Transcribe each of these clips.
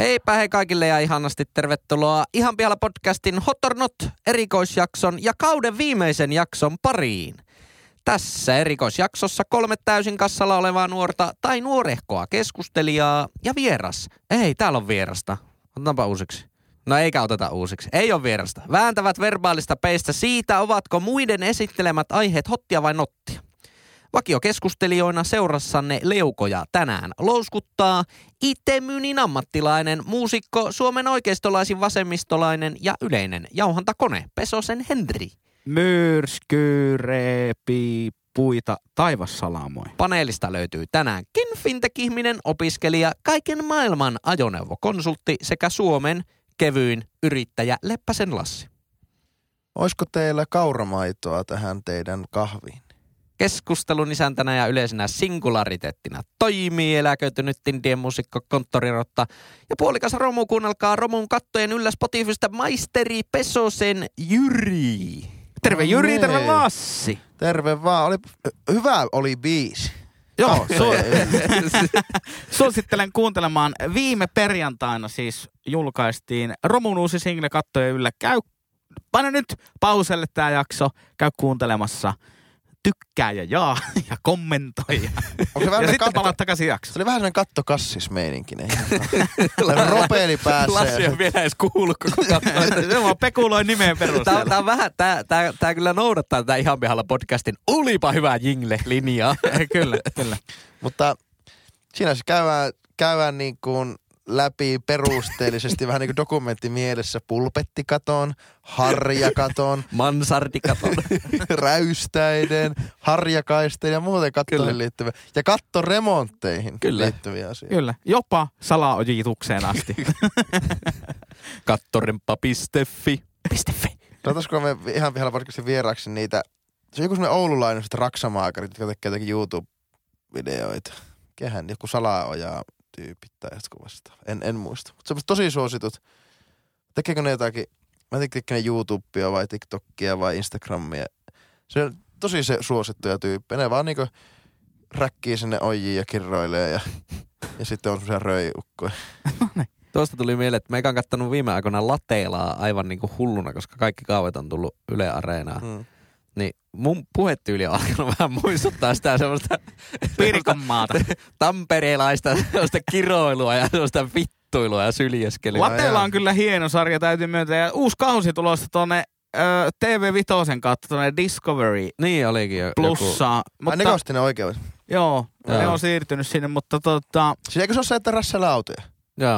Heipä hei kaikille ja ihanasti tervetuloa Ihan pihalla podcastin Hot or Not erikoisjakson ja kauden viimeisen jakson pariin. Tässä erikoisjaksossa 3 täysin kassalla olevaa nuorta tai nuorehkoa keskustelijaa ja vieras. Ei, täällä on vierasta. Otetaanpa uusiksi. No eikä oteta uusiksi. Ei ole vierasta. Vääntävät verbaalista peistä siitä, ovatko muiden esittelemät aiheet hottia vai nottia. Vakiokeskustelijoina seurassanne leukoja tänään louskuttaa IT-myynnin ammattilainen, muusikko, Suomen oikeistolaisin vasemmistolainen ja yleinen jauhantakone Pesosen Henri. Myrsky, reepi, puita, taivassalamoi. Paneelista löytyy tänäänkin fintech-ihminen, opiskelija, kaiken maailman ajoneuvokonsultti sekä Suomen kevyin yrittäjä Leppäsen Lassi. Olisiko teillä kauramaitoa tähän teidän kahviin? Keskustelun isäntänä ja yleisenä singulariteettina toimii eläköitynyt indien muusikko konttorirotta ja puolikas romu, kuunnelkaa romun kattojen yllä Spotifysta maisteri Pesosen Jyri. Terve Jyri, terve Lassi. Terve vaan. Hyvä oli biisi. Joo, suosittelen kuuntelemaan. Viime perjantaina siis julkaistiin romun uusi single kattojen yllä. Paina nyt pauselle tää jakso, käy kuuntelemassa. Tykkää ja jaa ja kommentoi. Ja sitten palaat takaisin jaksoon. Se oli vähän sellainen kattokassismeininkin. Ropeeli pääsee. Lassi on vielä edes kuullut koko katsoa. Se vaan pekuloi nimeen perusteella. Tää on vähän, tää kyllä noudattaa tätä Ihan pihalla podcastin olipa hyvä jingle-linjaa. Kyllä. Mutta siinä käydään niin kuin läpi perusteellisesti vähän niin kuin dokumenttimielessä pulpettikaton, harjakaton, mansardikaton, räystäiden, harjakaisten ja muuten kattoihin liittyviä ja kattoremontteihin liittyviä asioita. Kyllä, jopa salaojitukseen asti. Kattorempa.fi. Otaisiko me Ihan pihalla podcastin vieraaksi niitä, se on joku semmoinen oululainen raksamaakarit, jotka tekee jotakin YouTube-videoita. Kehän joku salaojaa tyypit tai jotkut vastaan. En muista. Mutta semmoiset tosi suositut. Tekeekö ne jotakin, mä en tiedä ne YouTubea vai TikTokia vai Instagramia. Se on tosi suosittuja tyyppejä. Ne vaan niinku räkkii sinne ojiin ja kirroilee ja sitten on semmoisia röijukkoja. Tuosta tuli mieleen, että meikä on kattonut viime aikoina lateilaa aivan niinku hulluna, koska kaikki kaavet on tullut Yle Areenaan. Niin mun puhetyyli on alkanut vähän muistuttaa sitä semmoista Pirkanmaata. Tampereelaista semmoista kiroilua ja semmoista vittuilua ja syljeskelyä. Lateilla on kyllä hieno sarja, täytyy myöntää. Ja uusi kausi tulossa tuonne TV5 kautta tuonne Discovery. Niin olikin jo. Plussaa. Mutta ne kosti ne oikeus. Joo, ne on siirtynyt sinne, mutta Siis eikö se ole se, että rassailla autoja? Joo.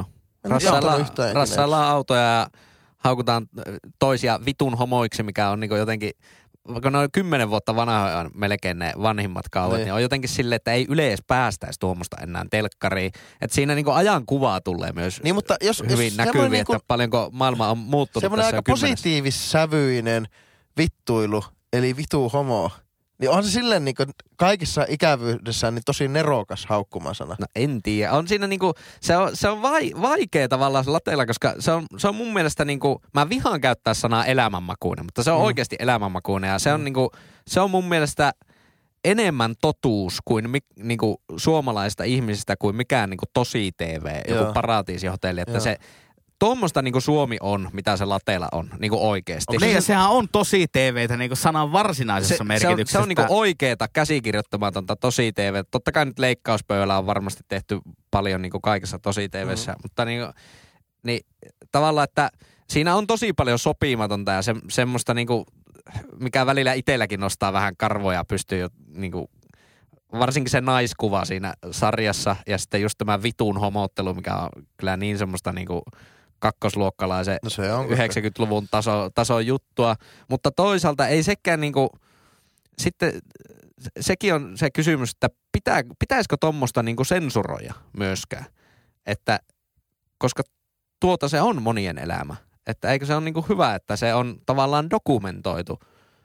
Rassaillaan autoja ja haukutaan toisia vitun homoiksi, mikä on niinku jotenkin, vaikka noin 10 vuotta vanha melkein ne vanhimmat kauet, niin on jotenkin silleen, että ei yleensä päästäisi tuommoista enää telkkariin. Että siinä niinku ajan kuvaa tulee myös niin, mutta hyvin näkyviin, niinku, että paljonko maailma on muuttunut tässä semmoinen aika positiivissävyinen vittuilu, eli vitu homo. Niin on se silleen niinku kaikissa ikävyydessään niin tosi nerokas haukkumasana. No en tiedä. On siinä niinku, se on vaikea tavallaan se lateilla, koska se on mun mielestä niinku, mä vihaan käyttää sanaa elämänmakuinen, mutta se on oikeasti elämänmakuinen ja se on niinku, se on mun mielestä enemmän totuus kuin niinku suomalaisista ihmisistä kuin mikään niinku tosi TV, joku paratiisihotelli, että se tuommoista niinku Suomi on, mitä se lateilla on, niinku oikeesti. Niin ja sehän on tosi TVtä niinku sanan varsinaisessa merkityksessä. Se on niinku oikeeta, käsikirjoittamatonta tosi TV. Totta kai nyt leikkauspöydällä on varmasti tehty paljon niinku kaikessa tosi TVssä, mutta niinku, niin tavallaan, että siinä on tosi paljon sopimatonta ja semmoista niinku, mikä välillä itselläkin nostaa vähän karvoja pystyy jo niinku, varsinkin se naiskuva siinä sarjassa ja sitten just tämä vitun homottelu, mikä on kyllä niin semmoista niinku kakkosluokkalaisen 90-luvun tason juttua, mutta toisaalta ei sekään niinku, sitten sekin on se kysymys, että pitäisikö tommoista niinku sensuroida myöskään, että koska tuota se on monien elämä, että eikö se ole niinku hyvä, että se on tavallaan dokumentoitu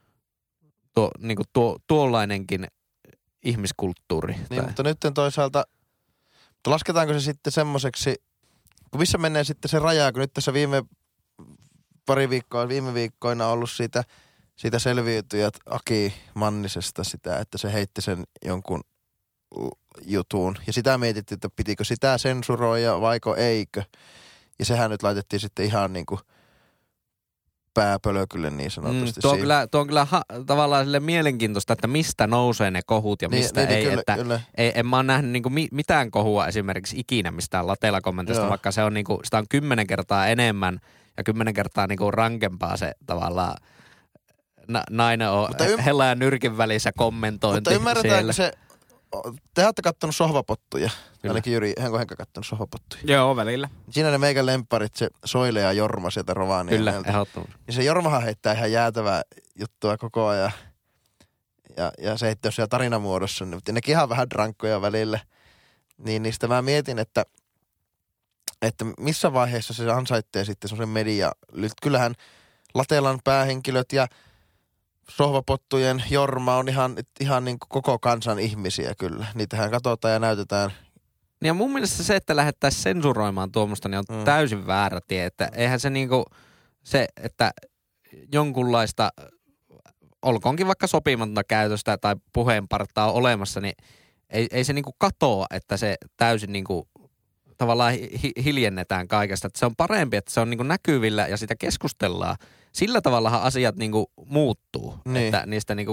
tuollainenkin ihmiskulttuuri. Niin, mutta nyt toisaalta, lasketaanko se sitten semmoiseksi, kun missä menee sitten se raja, kun nyt tässä viime viikkoina on ollut siitä selviytyjät Aki Mannisesta sitä, että se heitti sen jonkun jutun. Ja sitä mietittiin, että pitikö sitä sensuroida vaiko eikö. Ja sehän nyt laitettiin sitten ihan niinku pääpölökylle niin sanotusti. Tuo on kyllä tavallaan sille mielenkiintoista, että mistä nousee ne kohut ja mistä ei. Kyllä, että kyllä. En mä ole nähnyt niinku mitään kohua esimerkiksi ikinä mistään Latela-kommentista, vaikka se on niinku, sitä on 10 kertaa enemmän ja 10 kertaa niinku rankempaa se tavallaan nainen on hella ja nyrkin välissä kommentointi. Mutta ymmärretäänkö se, te olette kattonut sohvapottuja. Kyllä. Ainakin Jyri, Henko kattonut sohvapottuja. Joo, välillä. Siinä ne meikän lempparit, se Soile ja Jorma sieltä Rovaniemeltä. Kyllä, ehdottomasti. Ja se Jormahan heittää ihan jäätävää juttua koko ajan. Ja se heittää siellä tarinamuodossa, mutta nekin ihan vähän drankkoja välillä. Niin niistä mä mietin, että missä vaiheessa se ansaittee sitten semmoisen media. Kyllähän Latelan päähenkilöt ja sohvapottujen Jorma on ihan niin kuin koko kansan ihmisiä kyllä. Niitähän katsotaan ja näytetään. Niin ja mun mielestä se, että lähdettäisiin sensuroimaan tuommoista, niin on täysin väärä tie. Että eihän se niinku se, että jonkunlaista, olkoonkin vaikka sopimatonta käytöstä tai puheenpartaa on olemassa, niin ei se niinku katoa, että se täysin niinku tavallaan hiljennetään kaikesta. Että se on parempi, että se on niinku näkyvillä ja sitä keskustellaan. Sillä tavallahan asiat niinku muuttuu, niin. Että niistä niinku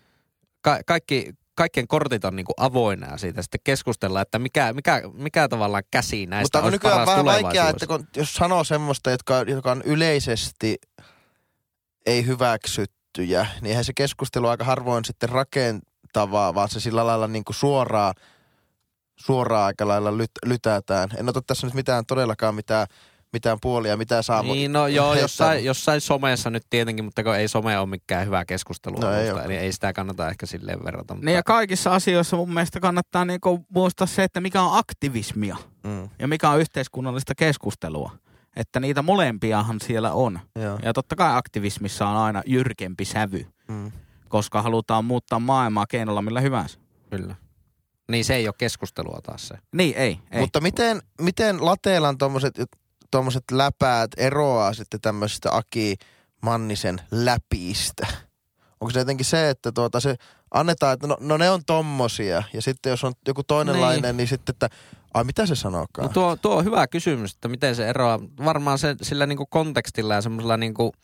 kaikkien kortit on niinku avoinna ja siitä sitten keskustellaan, että mikä tavallaan käsi näistä olisi paras tulevaisuudessa. Mutta on nykyään vähän vaikeaa, että jos sanoo semmoista, jotka on yleisesti ei hyväksyttyjä, niin eihän se keskustelu aika harvoin sitten rakentavaa, vaan se sillä lailla niinku suoraan aika lailla lytätään. En ota tässä nyt todellakaan mitään puolia, mitä saa. Niin, no joo, jossain somessa nyt tietenkin, mutta kun ei some ole mikään hyvä keskustelu. No eli ei sitä kannata ehkä silleen verrata. Mutta... Niin ja kaikissa asioissa mun mielestä kannattaa niinku muistaa se, että mikä on aktivismia ja mikä on yhteiskunnallista keskustelua. Että niitä molempiahan siellä on. Joo. Ja totta kai aktivismissa on aina jyrkempi sävy, koska halutaan muuttaa maailmaa keinolla millä hyvänsä. Kyllä. Niin se ei ole keskustelua taas se. Niin, ei. Mutta miten Latelan tommoset läpäät eroaa sitten tämmöisestä Aki Mannisen läpistä? Onko se jotenkin se, että se annetaan, että no ne on tommosia ja sitten jos on joku toinenlainen, niin sitten, että mitä se sanookaan? No tuo on hyvä kysymys, että miten se eroaa. Varmaan sillä niinku kontekstilla ja semmoisella niinku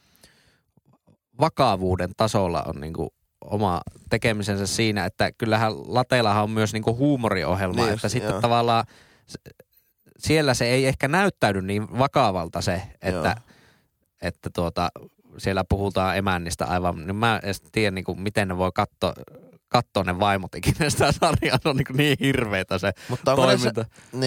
vakavuuden tasolla on niinku oma tekemisensä siinä, että kyllähän Latelahan on myös niinku huumoriohjelma, niin että sitten tavallaan siellä se ei ehkä näyttäydy niin vakavalta se, että siellä puhutaan emännistä aivan, niin mä en tiedä niinku, miten ne voi katsoa ne vaimot ikinä sitä sarjaa, se on niin hirveetä se toiminta.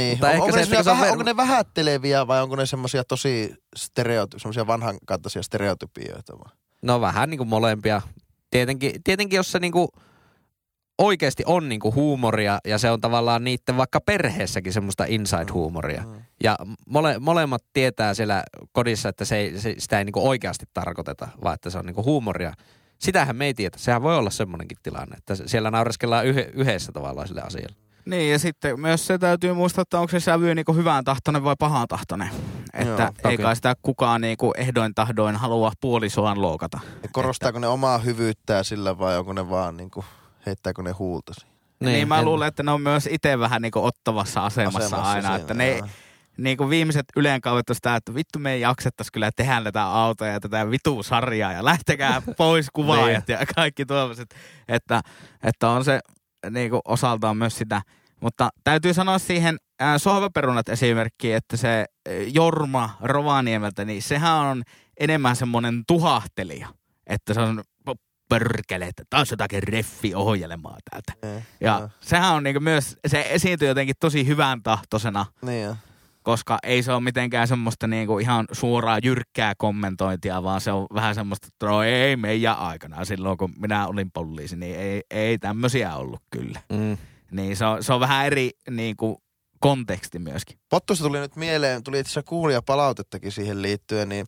Onko ne vähätteleviä vai onko ne semmoisia tosi semmoisia vanhankantaisia stereotypioita vai? No vähän niinku molempia. Tietenkin jos se niinku oikeasti on niinku huumoria ja se on tavallaan niitten vaikka perheessäkin semmoista inside-huumoria. Ja molemmat tietää siellä kodissa, että sitä ei niinku oikeasti tarkoiteta, vaan että se on niinku huumoria. Sitähän me ei tiedä. Sehän voi olla semmoinenkin tilanne, että siellä naureskellaan yhdessä tavallaan sille asialle. Niin ja sitten myös se täytyy muistaa, että onko se sävy niinku hyvän tahtoinen vai pahan tahtoinen. Että ei kai sitä kukaan niinku ehdoin tahdoin halua puolisoaan loukata. Ja korostaako ne omaa hyvyyttään sillä vai onko ne vaan niinku, heittääkö ne huulta? Niin mä luulen, että ne on myös itse vähän niinku ottavassa asemassa aina. Siinä, että ne niinku viimeiset ylenkaudet on sitä, että vittu me ei jaksettaisi kyllä tehdä tätä autoja ja tätä vitu-sarjaa ja lähtekää pois kuvaajat ja kaikki tuollaiset. Että on se niinku osaltaan myös sitä. Mutta täytyy sanoa siihen sohvaperunat esimerkkiin, että se Jorma Rovaniemeltä, niin sehän on enemmän semmoinen tuhahtelija. Että se on pörkele, että taas jotakin reffi-ohjelmaa täältä. Ja sehän on niinku myös, se esiintyy jotenkin tosi hyvän tahtoisena. Niin koska ei se ole mitenkään semmoista niinku ihan suoraa jyrkkää kommentointia, vaan se on vähän semmoista, että no ei meidän aikana silloin, kun minä olin poliisi, niin ei tämmöisiä ollut kyllä. Niin se on vähän eri niinku konteksti myöskin. Pottusta tuli nyt mieleen, tuli itse asiassa kuulijapalautettakin siihen liittyen, niin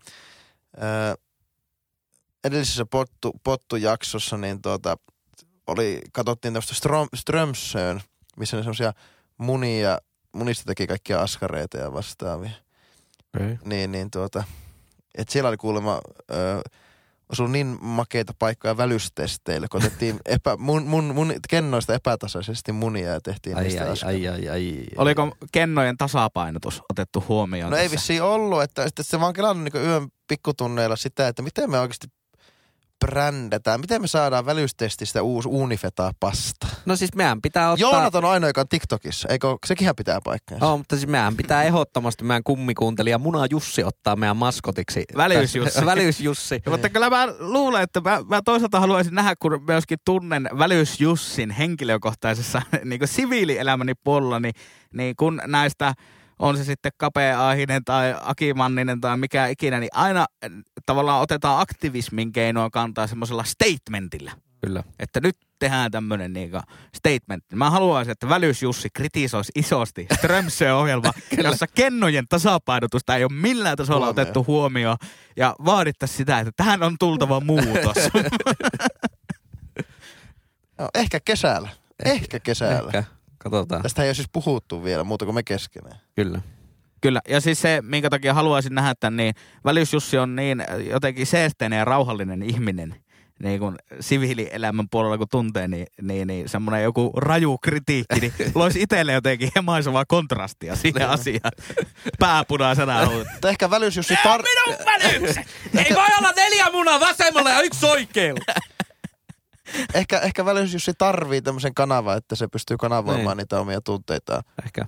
edellisessä pottujaksossa niin katsottiin tämmöistä Strömsön, missä ne semmoisia munista teki kaikkia askareita ja vastaavia. Että siellä oli kuulemma osui niin makeita paikkoja välystesteille, kun otettiin mun kennoista epätasaisesti munia ja tehtiin niistä ai. Oliko kennojen tasapainotus otettu huomioon? No ei vissiin ollut, että se vaan kelannut niin yön pikkutunneilla sitä, että miten me oikeasti brändätään. Miten me saadaan välystestistä uusi Unifetaa pasta? No siis meidän pitää ottaa... Joonat on ainoa, joka on TikTokissa. Eikö, sekinhän pitää paikkaansa. Joo, mutta siis meidän pitää ehdottomasti meidän kummikuuntelija Muna Jussi ottaa meidän maskotiksi. Väliysjussi. Väliysjussi. Mutta kyllä mä luulen, että mä toisaalta haluaisin nähdä, kun myöskin tunnen Väliysjussin henkilökohtaisessa niin kuin siviilielämäni puolella, niin kun näistä on se sitten Kapea-Aahinen tai Aki Manninen tai mikä ikinä, niin aina tavallaan otetaan aktivismin keinoa kantaa semmoisella statementilla. Kyllä. Että nyt tehdään tämmöinen niinku statement. Mä haluaisin, että Väliysjussi kritisoisi isosti Strömsö-ohjelma, jossa kennojen tasapainotusta ei ole millään tasolla otettu huomioon. Ja vaadittaisiin sitä, että tähän on tultava muutos. No, ehkä kesällä. Ehkä. Katsotaan. Tästä ei ole siis puhuttu vielä muuta kuin me keskenään. Kyllä. Kyllä, ja siis se, minkä takia haluaisin nähdä tämän, niin Väliysjussi on niin jotenkin seesteinen ja rauhallinen ihminen, niin kuin siviilielämän puolella kun tuntee, niin semmoinen joku raju kritiikki, niin loisi itselle jotenkin hemaisevaa kontrastia siihen asiaan. Pääpunaisena. Mutta ehkä Väliysjussi minun välykset! Ei voi olla 4 munaa vasemmalla ja 1 oikealla. Ehkä Väliysjussi tarvii tämmöisen kanavan, että se pystyy kanavoimaan niitä omia tunteitaan. Ehkä.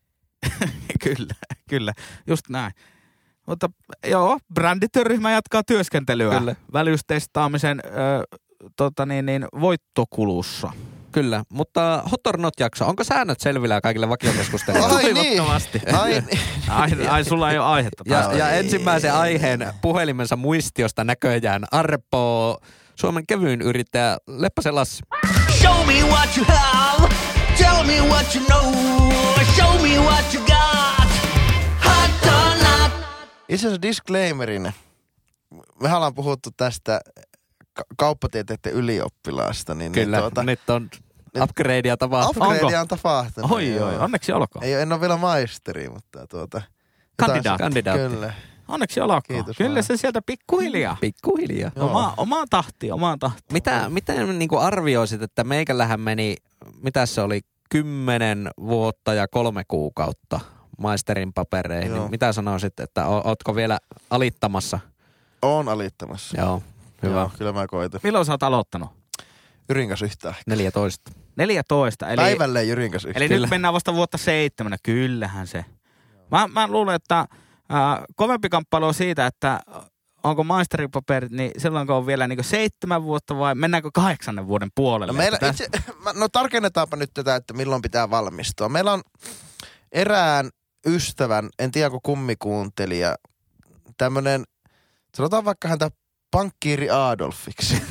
Kyllä, just näin. Mutta joo, brändityöryhmä jatkaa työskentelyä. Kyllä. Välyystestaamisen voittokulussa. Kyllä, mutta Hot or Not-jakso, onko säännöt selvillä kaikille vakiokeskustelijoille? Ai niin. Ai, sulla ei ole aihetta. Ja ensimmäisen aiheen puhelimensa muistiosta näköjään arpoo Suomen kevyin yrittäjä Leppäsen Lassi. Show me what you have, tell me what you know, show me what you got, hot or not. Itse asiassa disclaimerin. Me ollaan puhuttu tästä kauppatieteiden ylioppilaasta. Niin Kyllä, nyt on upgradea tapahtunut. Upgradea on tapahtunut. Oi, onneksi olkoon. En ole vielä maisteri, mutta Kandidaatti. Kyllä. Onneksi olkoon. Kiitos Kyllä vaan. se sieltä pikkuhiljaa. Pikkuhiljaa. Omaan tahtiin. Miten niin kuin arvioisit, että meikällähän meni, mitä se oli, 10 vuotta ja 3 kuukautta maisterin papereihin. Niin mitä sanoisit, että ootko vielä alittamassa? Oon alittamassa. Joo, hyvä. Joo, kyllä mä koitan. Milloin sä oot aloittanut? Jyrin kanssa yhtään. 14. 14. Eli, Päivälleen Jyrin kanssa yhtään. eli nyt mennään vasta vuotta 7. Kyllähän se. Mä luulen, että kovempi kamppailu on siitä, että onko maisteripaperit, niin silloin kun on vielä niin 7 vuotta vai mennäänkö 8 vuoden puolelle? No tarkennetaanpa nyt tätä, että milloin pitää valmistua. Meillä on erään ystävän, en tiedä onko kummikuuntelija, tämmönen, sanotaan vaikka häntä pankkiiri Adolfiksi.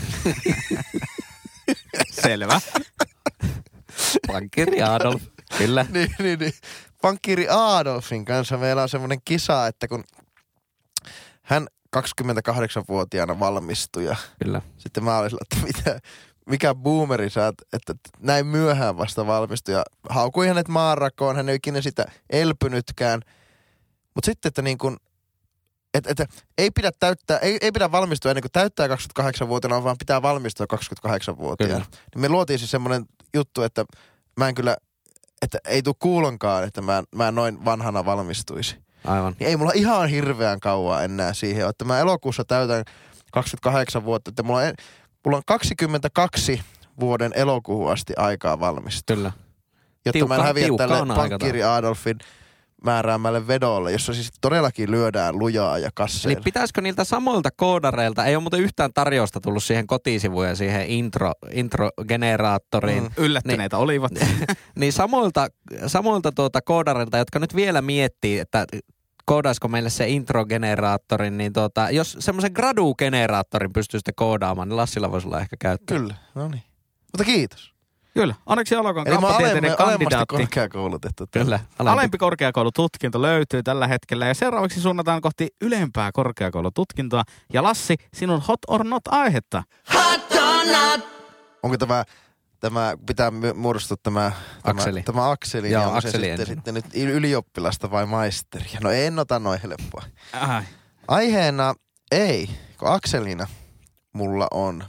Selvä. Pankkiiri Adolf, kyllä. niin. Pankkiiri Adolfin kanssa meillä on semmoinen kisa, että kun hän 28-vuotiaana valmistui ja Kyllä. sitten mä olin sillä, että mikä boomeri sä oot, että näin myöhään vasta valmistui ja haukui hänet maanrakoon, hän ei ikinä sitä elpynytkään. Mutta sitten, että niin kuin, että ei pidä täyttää, ei pidä valmistua ennen kuin täyttää 28-vuotiaana, vaan pitää valmistua 28-vuotiaana. Niin me luotiin siis semmoinen juttu, että mä en kyllä, että ei tule kuulonkaan, että mä noin vanhana valmistuisi. Aivan. Niin ei mulla ihan hirveän kauan enää siihen, että mä elokuussa täytän 28 vuotta, että mulla on 22 vuoden elokuuhun asti aikaa valmistua. Kyllä. Jotta mä en häviä tälle pankkiiri Adolfin määräämälle vedolle, jossa siis todellakin lyödään lujaa ja kasseilla. Eli pitäisikö niiltä samoilta koodareilta, ei ole muuten yhtään tarjousta tullut siihen kotisivuun ja siihen intro-generaattoriin. Yllättyneitä olivat. Niin samoilta koodareilta, jotka nyt vielä miettii, että koodaisiko meille se intro-generaattorin, niin jos semmoisen gradu-generaattorin pystyisitte koodaamaan, niin Lassilla voisi olla ehkä käyttöön. Kyllä, no niin. Mutta kiitos. Kyllä, onneksi olkoon eli kauppatieteiden kandidaatti. Alemmasti korkeakoulutettu. Kyllä, alempi korkeakoulututkinto löytyy tällä hetkellä ja seuraavaksi suunnataan kohti ylempää korkeakoulututkintoa. Ja Lassi, sinun hot or not -aihetta. Hot or not. Onko tämä pitää muodostua tämä akseli, Joo, niin onko akseli se sitten nyt ylioppilasta vai maisteria? No en ota noin helppoa. Ai. Aiheena ei, kun akselina mulla on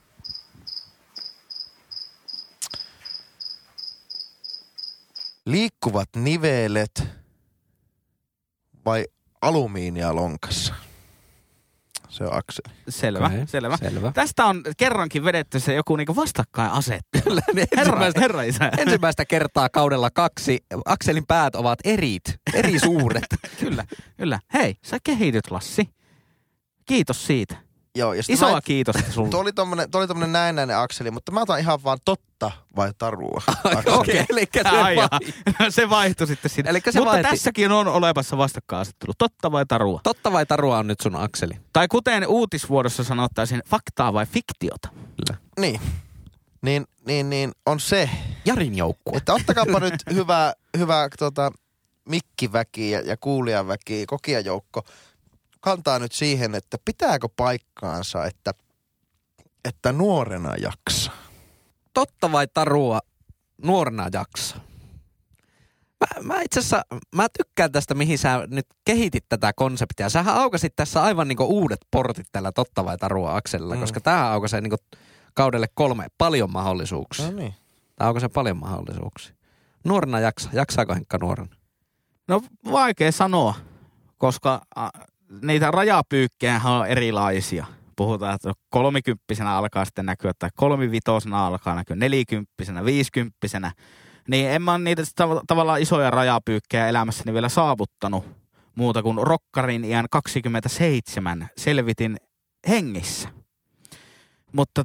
liikkuvat nivelet vai alumiinia lonkassa? Se on akseli. Selvä, Okei, selvä. selvä. Tästä on kerrankin vedetty se joku niinku vastakkainasettelu. Kyllä, niin Herra isä. ensimmäistä kertaa kaudella 2 akselin päät ovat eri suuret. Kyllä. Hei, sä kehityt, Lassi. Kiitos siitä. Joo, ja Isoa kiitosta sulle. Tuo oli tommonen näennäinen akseli, mutta mä otan ihan vaan totta vai tarua. Okei, eli Se vaihtui sitten sinne. Elikkä se Mutta vaihti. tässäkin on olemassa vastakkainasettelu. Totta vai tarua? Totta vai tarua on nyt sun akseli? Tai kuten uutisvuodossa sanottaisiin, faktaa vai fiktiota? Kyllä. Niin, on se, Jarin joukkue. että ottakaapa nyt hyvä mikkiväki ja kuulijaväki, kokijajoukko, kantaa nyt siihen, että pitääkö paikkaansa, että nuorena jaksaa. Totta vai tarua nuorena jaksaa? Mä itse asiassa, mä tykkään tästä, mihin sä nyt kehitit tätä konseptia. Sähän aukasit tässä aivan niinku uudet portit tällä totta vai tarua akselilla, koska tämähän aukaisee niinku kaudelle 3 paljon mahdollisuuksia. No niin. Tää aukaisee paljon mahdollisuuksia. Nuorena jaksaako Henkka nuorena? No vaikea sanoa, koska niitä rajapyykkejähän on erilaisia. Puhutaan, että 30-vuotiaana alkaa sitten näkyä, tai 35-vuotiaana alkaa näkyä, 40-vuotiaana, 50-vuotiaana. Niin en mä niitä tavallaan isoja rajapyykkejä elämässäni vielä saavuttanut muuta kuin rokkarin iän 27 selvitin hengissä. Mutta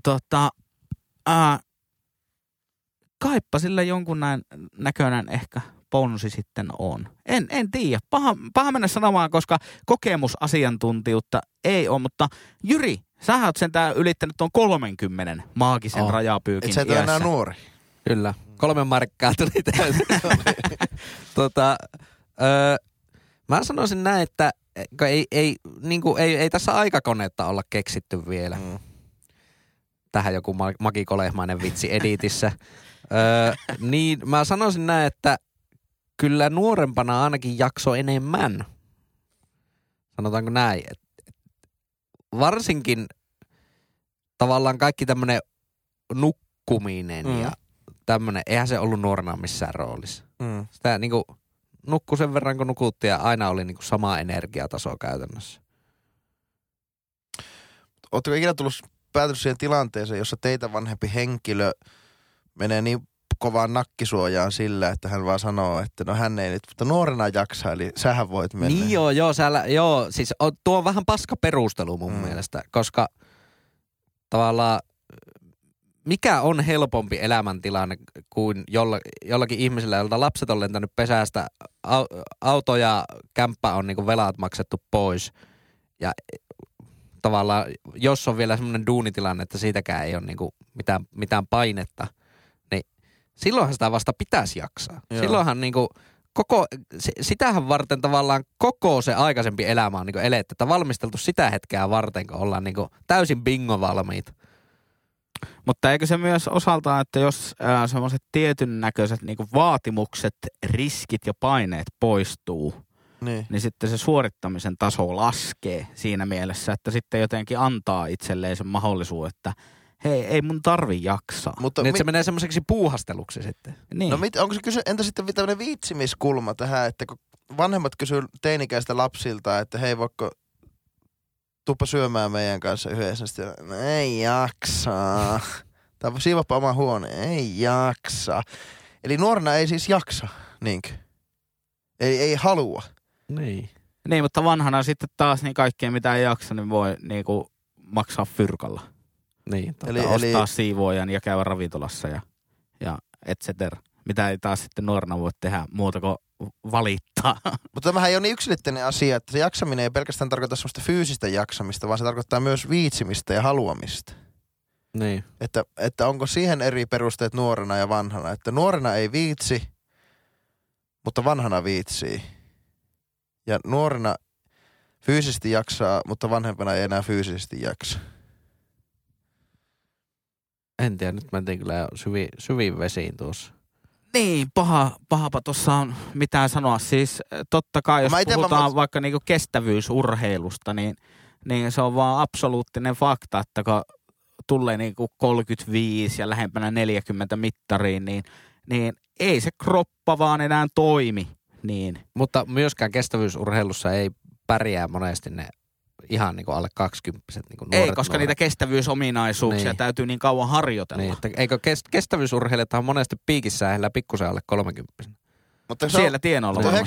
kaippa sillä jonkun näköinen ehkä ponsi sitten on. En tiedä. Paha mennä sanomaan, koska kokemusasiantuntijuutta ei ole, mutta Jyri, sä oot sentään ylittänyt tuon 30 maagisen rajapyykin Et sä et ole enää nuori. Kyllä. 3 markkaa tuli täysin. Mä sanoisin näin, että ei tässä aikakoneetta olla keksitty vielä. Tähän joku Maki Kolehmainen vitsi editissä. Niin mä sanoisin näin, että kyllä nuorempana ainakin jakso enemmän. Sanotaanko näin. Varsinkin tavallaan kaikki tämmönen nukkuminen ja tämmönen, eihän se ollut nuorena missään roolissa. Sitä niinku nukkui sen verran kun nukuttiin ja aina oli niinku sama energiataso käytännössä. Ootteko ikinä tullut päätynyt siihen tilanteeseen, jossa teitä vanhempi henkilö menee niin kovaan nakkisuojaan sillä, että hän vaan sanoo, että no hän ei nyt, mutta nuorena jaksaa, eli sähän voit mennä. Niin siis tuo on vähän paska perustelu mun mielestä, koska tavallaan mikä on helpompi elämäntilanne kuin jollakin ihmisellä, jolta lapset on lentänyt pesästä, auto ja kämppä on niinku velat maksettu pois ja tavallaan jos on vielä semmoinen duunitilanne, että siitäkään ei ole niinku mitään painetta, niin silloinhan sitä vasta pitäisi jaksaa. Joo. Silloinhan niinku sitähän varten tavallaan koko se aikaisempi elämä on niinku eletty, että valmisteltu sitä hetkeä varten, kun ollaan niinku täysin bingo valmiita. Mutta eikö se myös osaltaan, että jos semmoiset tietyn näköiset niinku vaatimukset, riskit ja paineet poistuu, niin sitten se suorittamisen taso laskee siinä mielessä, että sitten jotenkin antaa itselleen sen mahdollisuuden, että hei, ei mun tarvi jaksaa. Mutta niin, se menee semmoiseksi puuhasteluksi sitten. Niin. No onko se entä sitten tämmöinen viitsimiskulma tähän, että kun vanhemmat kysyy teinikäistä lapsilta, että hei voiko tuppa syömään meidän kanssa yhdessä, sitten no ei jaksaa. Tai siivappa oma huone, ei jaksa. Eli nuorena ei siis jaksa, niinkö? Ei halua. Niin. Niin, mutta vanhana sitten taas niin kaikkea mitä ei jaksa, niin voi niinku maksaa fyrkalla. Niin. Eli ostaa siivoojan ja käydä ravintolassa ja et cetera. Mitä ei taas sitten nuorena voi tehdä muuta kuin valittaa. Mutta tämähän ei ole niin yksilitteinen asia, että se jaksaminen ei pelkästään tarkoita semmoista fyysistä jaksamista, vaan se tarkoittaa myös viitsimistä ja haluamista. Niin. Että onko siihen eri perusteet nuorena ja vanhana. Että nuorena ei viitsi, mutta vanhana viitsii. Ja nuorena fyysisesti jaksaa, mutta vanhempana ei enää fyysisesti jaksa. En tiedä, nyt mentiin kyllä syviin vesiin tuossa. Niin, pahapa tuossa on mitään sanoa. Siis totta kai, jos puhutaan vaikka niinku kestävyysurheilusta, niin niin se on vaan absoluuttinen fakta, että kun tulee niinku 35 ja lähempänä 40 mittariin, niin ei se kroppa vaan enää toimi. Niin. Mutta myöskään kestävyysurheilussa ei pärjää monesti ne ihan niin kuin alle 20-vuotiaat niin kuin nuoret. Ei, koska niitä kestävyysominaisuuksia täytyy niin kauan harjoitella. Niin, että eikö kestävyysurheilijat on monesti piikissään heillä pikkusen alle 30. Mutta siellä tienoilla. 99,9999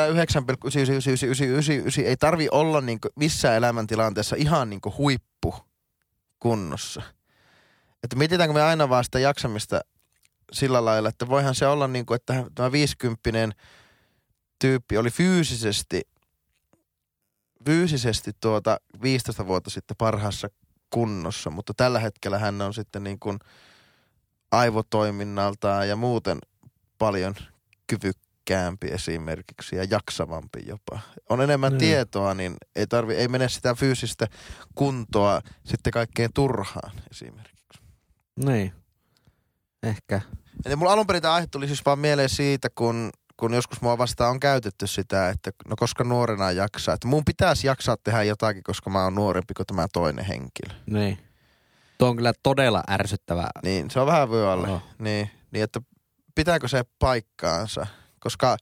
ei tarvi olla niinku missään elämäntilanteessa ihan niinku huippu kunnossa. Että mietitäänkö me aina vaan sitä jaksamista sillä lailla, että voihan se olla niinku, että tämä 50 tyyppi oli fyysisesti 15 vuotta sitten parhaassa kunnossa, mutta tällä hetkellä hän on sitten niin kuin aivotoiminnaltaan ja muuten paljon kyvykkäämpi esimerkiksi ja jaksavampi jopa. On enemmän tietoa, niin ei mene sitä fyysistä kuntoa sitten kaikkein turhaan esimerkiksi. Niin, ehkä. Ja mulla alun perin tämä aihe tuli siis vaan mieleen siitä, kun joskus mua vastaan on käytetty sitä, että no koska nuorena jaksaa. Että mun pitäisi jaksaa tehdä jotakin, koska mä oon nuorempi kuin tämä toinen henkilö. Niin. Tuo on kyllä todella ärsyttävää. Niin, se on vähän vyölle. Niin, että pitääkö se paikkaansa? Koska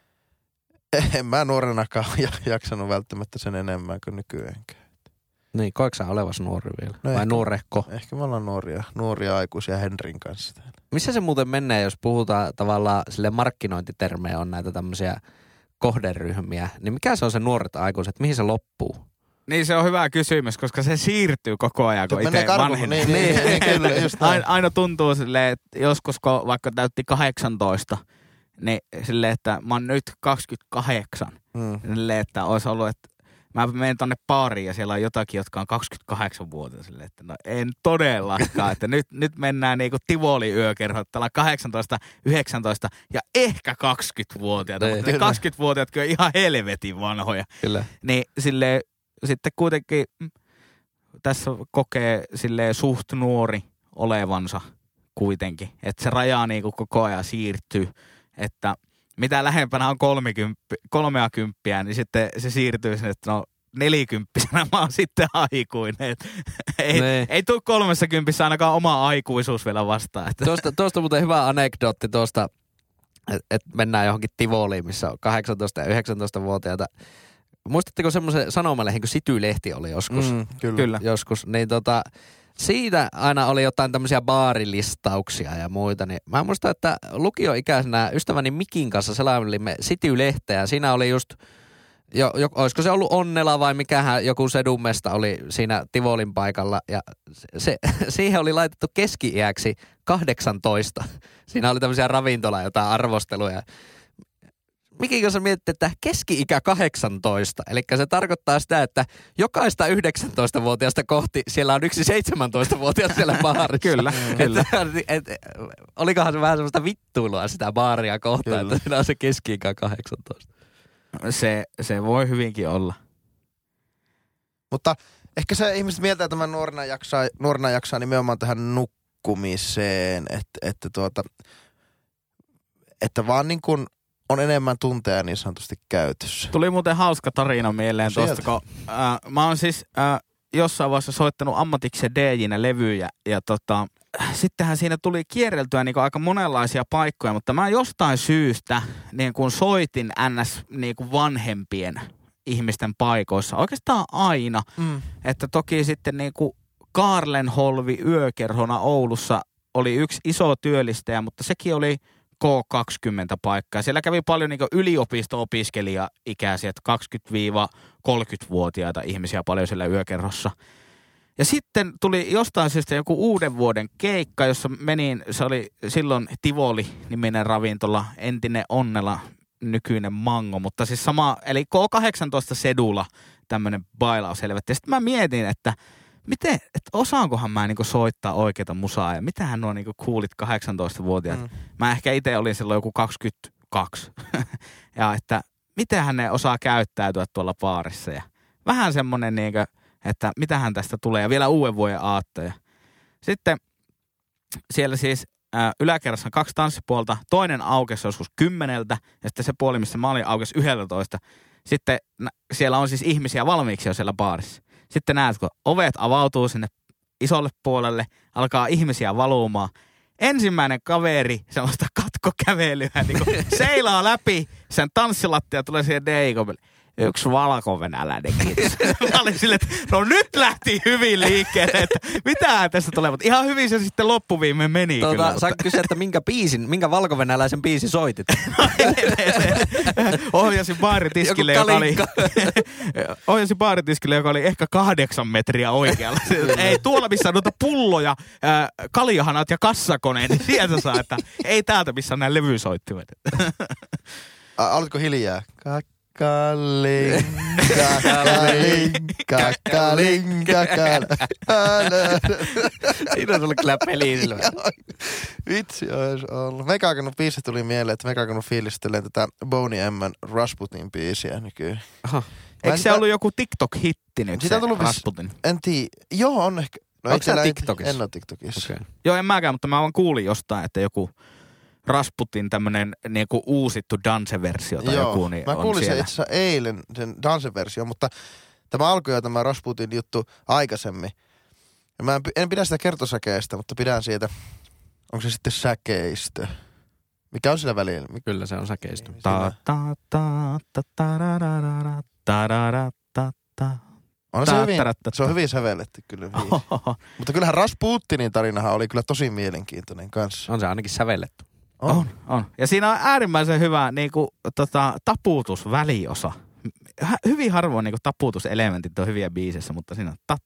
en mä nuorenakaan jaksanut välttämättä sen enemmän kuin nykyäänkään. Niin, koetko sä olevasi nuori vielä? No vai ehkä, nuorehko? Ehkä me ollaan nuoria aikuisia Henrin kanssa täällä. Missä se muuten menee, jos puhutaan tavallaan sille markkinointitermejä, on näitä tämmöisiä kohderyhmiä, niin mikä se on se nuoret aikuiset, mihin se loppuu? Niin se on hyvä kysymys, koska se siirtyy koko ajan, kun itse vanhenee. Niin, kyllä, just näin. Aina tuntuu silleen, että joskus kun vaikka täytti 18, niin silleen, että mä oon nyt 28. Silleen, että olisi ollut, että mä menen tonne baariin ja siellä on jotakin, jotka on 28-vuotiaita silleen, että no en todellakaan, että nyt mennään niinku Tivoli-yökerhoon, että ollaan 18, 19 ja ehkä 20-vuotiaita, mutta ne 20-vuotiaat kyllä ihan helvetin vanhoja. Kyllä. Niin silleen, sitten kuitenkin tässä kokee silleen suht nuori olevansa kuitenkin, että se raja niinku koko ajan siirtyy, että mitä lähempänä on 30, niin sitten se siirtyy sinne, että no 40-vuotiaana mä oon sitten aikuinen. Ei tule 30 ainakaan oma aikuisuus vielä vastaan. Tuosta muuten hyvä anekdootti tuosta, että mennään johonkin Tivoliin, missä on 18- ja 19-vuotiaita. Muistatteko semmoisen sanomalehden, kun City-lehti oli joskus? Kyllä. Joskus, niin siitä aina oli jotain tämmöisiä baarilistauksia ja muita, niin mä muistan, että lukioikäisenä ystäväni Mikin kanssa selailimme City-lehteä. Siinä oli just, olisiko se ollut Onnela vai mikähän joku sedunmesta oli siinä Tivolin paikalla ja siihen oli laitettu keski-iäksi 18. Siinä oli tämmöisiä ravintola jotain arvosteluja. Mikin kanssa miettii, että keski-ikä 18, eli se tarkoittaa sitä, että jokaista 19-vuotiaasta kohti siellä on yksi 17-vuotias siellä baarissa. Kyllä. Olikohan se vähän semmoista vittuilua sitä baaria kohtaan, että siinä on se keski-ikä 18. Se voi hyvinkin olla. Mutta ehkä se ihmiset mieltää tämän nuorena jaksaa nimenomaan tähän nukkumiseen, että vaan niin kuin on enemmän tunteja niin sanotusti käytössä. Tuli muuten hauska tarina mieleen tuosta, kun mä oon siis jossain vaiheessa soittanut ammatikseen DJ:nä levyjä ja sittenhän siinä tuli kierreltyä niin kuin aika monenlaisia paikkoja, mutta mä jostain syystä niin kuin soitin NS niin kuin vanhempien ihmisten paikoissa. Oikeastaan aina. Että toki sitten niin kuin Kaarlenholvi yökerhona Oulussa oli yksi iso työllistäjä, mutta sekin oli K20-paikkaa. Siellä kävi paljon niin kuin yliopisto-opiskelija-ikäisiä, 20-30-vuotiaita ihmisiä paljon siellä yökerhossa. Ja sitten tuli jostain syystä joku uuden vuoden keikka, jossa menin, se oli silloin Tivoli-niminen ravintola, entinen Onnela, nykyinen Mango, mutta siis sama, eli K18 sedulla tämmöinen bailaus helvetti. Ja sitten mä mietin, että osaankohan mä niinku soittaa oikeata musaa ja mitähän nuo niinku coolit 18-vuotiaat. Mä ehkä itse olin silloin joku 22. Ja että mitenhän ne osaa käyttäytyä tuolla baarissa ja vähän semmonen niinku, että mitähän tästä tulee ja vielä uuden vuoden aattoja. Sitten siellä siis yläkerrassa on 2 tanssipuolta, toinen aukesi joskus 10 ja sitten se puoli, missä mä olin, aukesi 11. Sitten siellä on siis ihmisiä valmiiksi jo siellä baarissa. Sitten näet, kun ovet avautuu sinne isolle puolelle, alkaa ihmisiä valumaan. Ensimmäinen kaveri, semmoista katkokävelyä, niin kuin seilaa läpi sen tanssilattia ja tulee siihen Deikolle. Yksi valkovenäläinen, kiitos. Mä olin silleen, että no nyt lähti hyvin liikkeelle, että mitähän tässä tulee. Mutta ihan hyvin se sitten loppuviimeen meni kyllä. Saanko kysyä, että minkä valkovenäläisen biisin soitit? Ohjasin baaritiskille, joka oli ehkä 8 metriä oikealla. Ei tuolla missä noita pulloja, kaljahanat ja kassakoneet, niin sieltä saa, että ei täältä missä nämä levysoittimet. Aloitko hiljaa? Siinä on ollut kyllä peli silloin. Vitsi olisi ollut. Mekakannut biisi tuli mieleen, että Mekakannut fiilistelee tätä Boney M:n Rasputin biisiä nykyään. Eikö se ollut joku TikTok-hitti nyt sitä se tullut Rasputin? En tiedä. Joo, on ehkä. No, onko sä TikTokissa? En ole TikTokissa. Okay. Joo, en mäkään, mutta mä vaan kuulin jostain, että joku Rasputin tämmönen niinku uusittu dance-versio tai joku, niin mä kuulin siellä. sen itse asiassa eilen, sen dance-versio, mutta tämä alkoi jo tämä Rasputin juttu aikaisemmin. Ja mä en pidä sitä kertosäkeistä, mutta pidän siitä, onko se sitten säkeistö? Mikä on sillä välillä? Kyllä se on säkeistö. On se hyvin, se on hyvin sävelletty kyllä. Mutta kyllähän Rasputinin tarinahan oli kyllä tosi mielenkiintoinen kanssa. On se ainakin sävelletty. On. Ja siinä on äärimmäisen hyvä niinku, taputusväliosa. Hyvin harvoin niinku taputuselementit on hyviä biisissä, mutta siinä on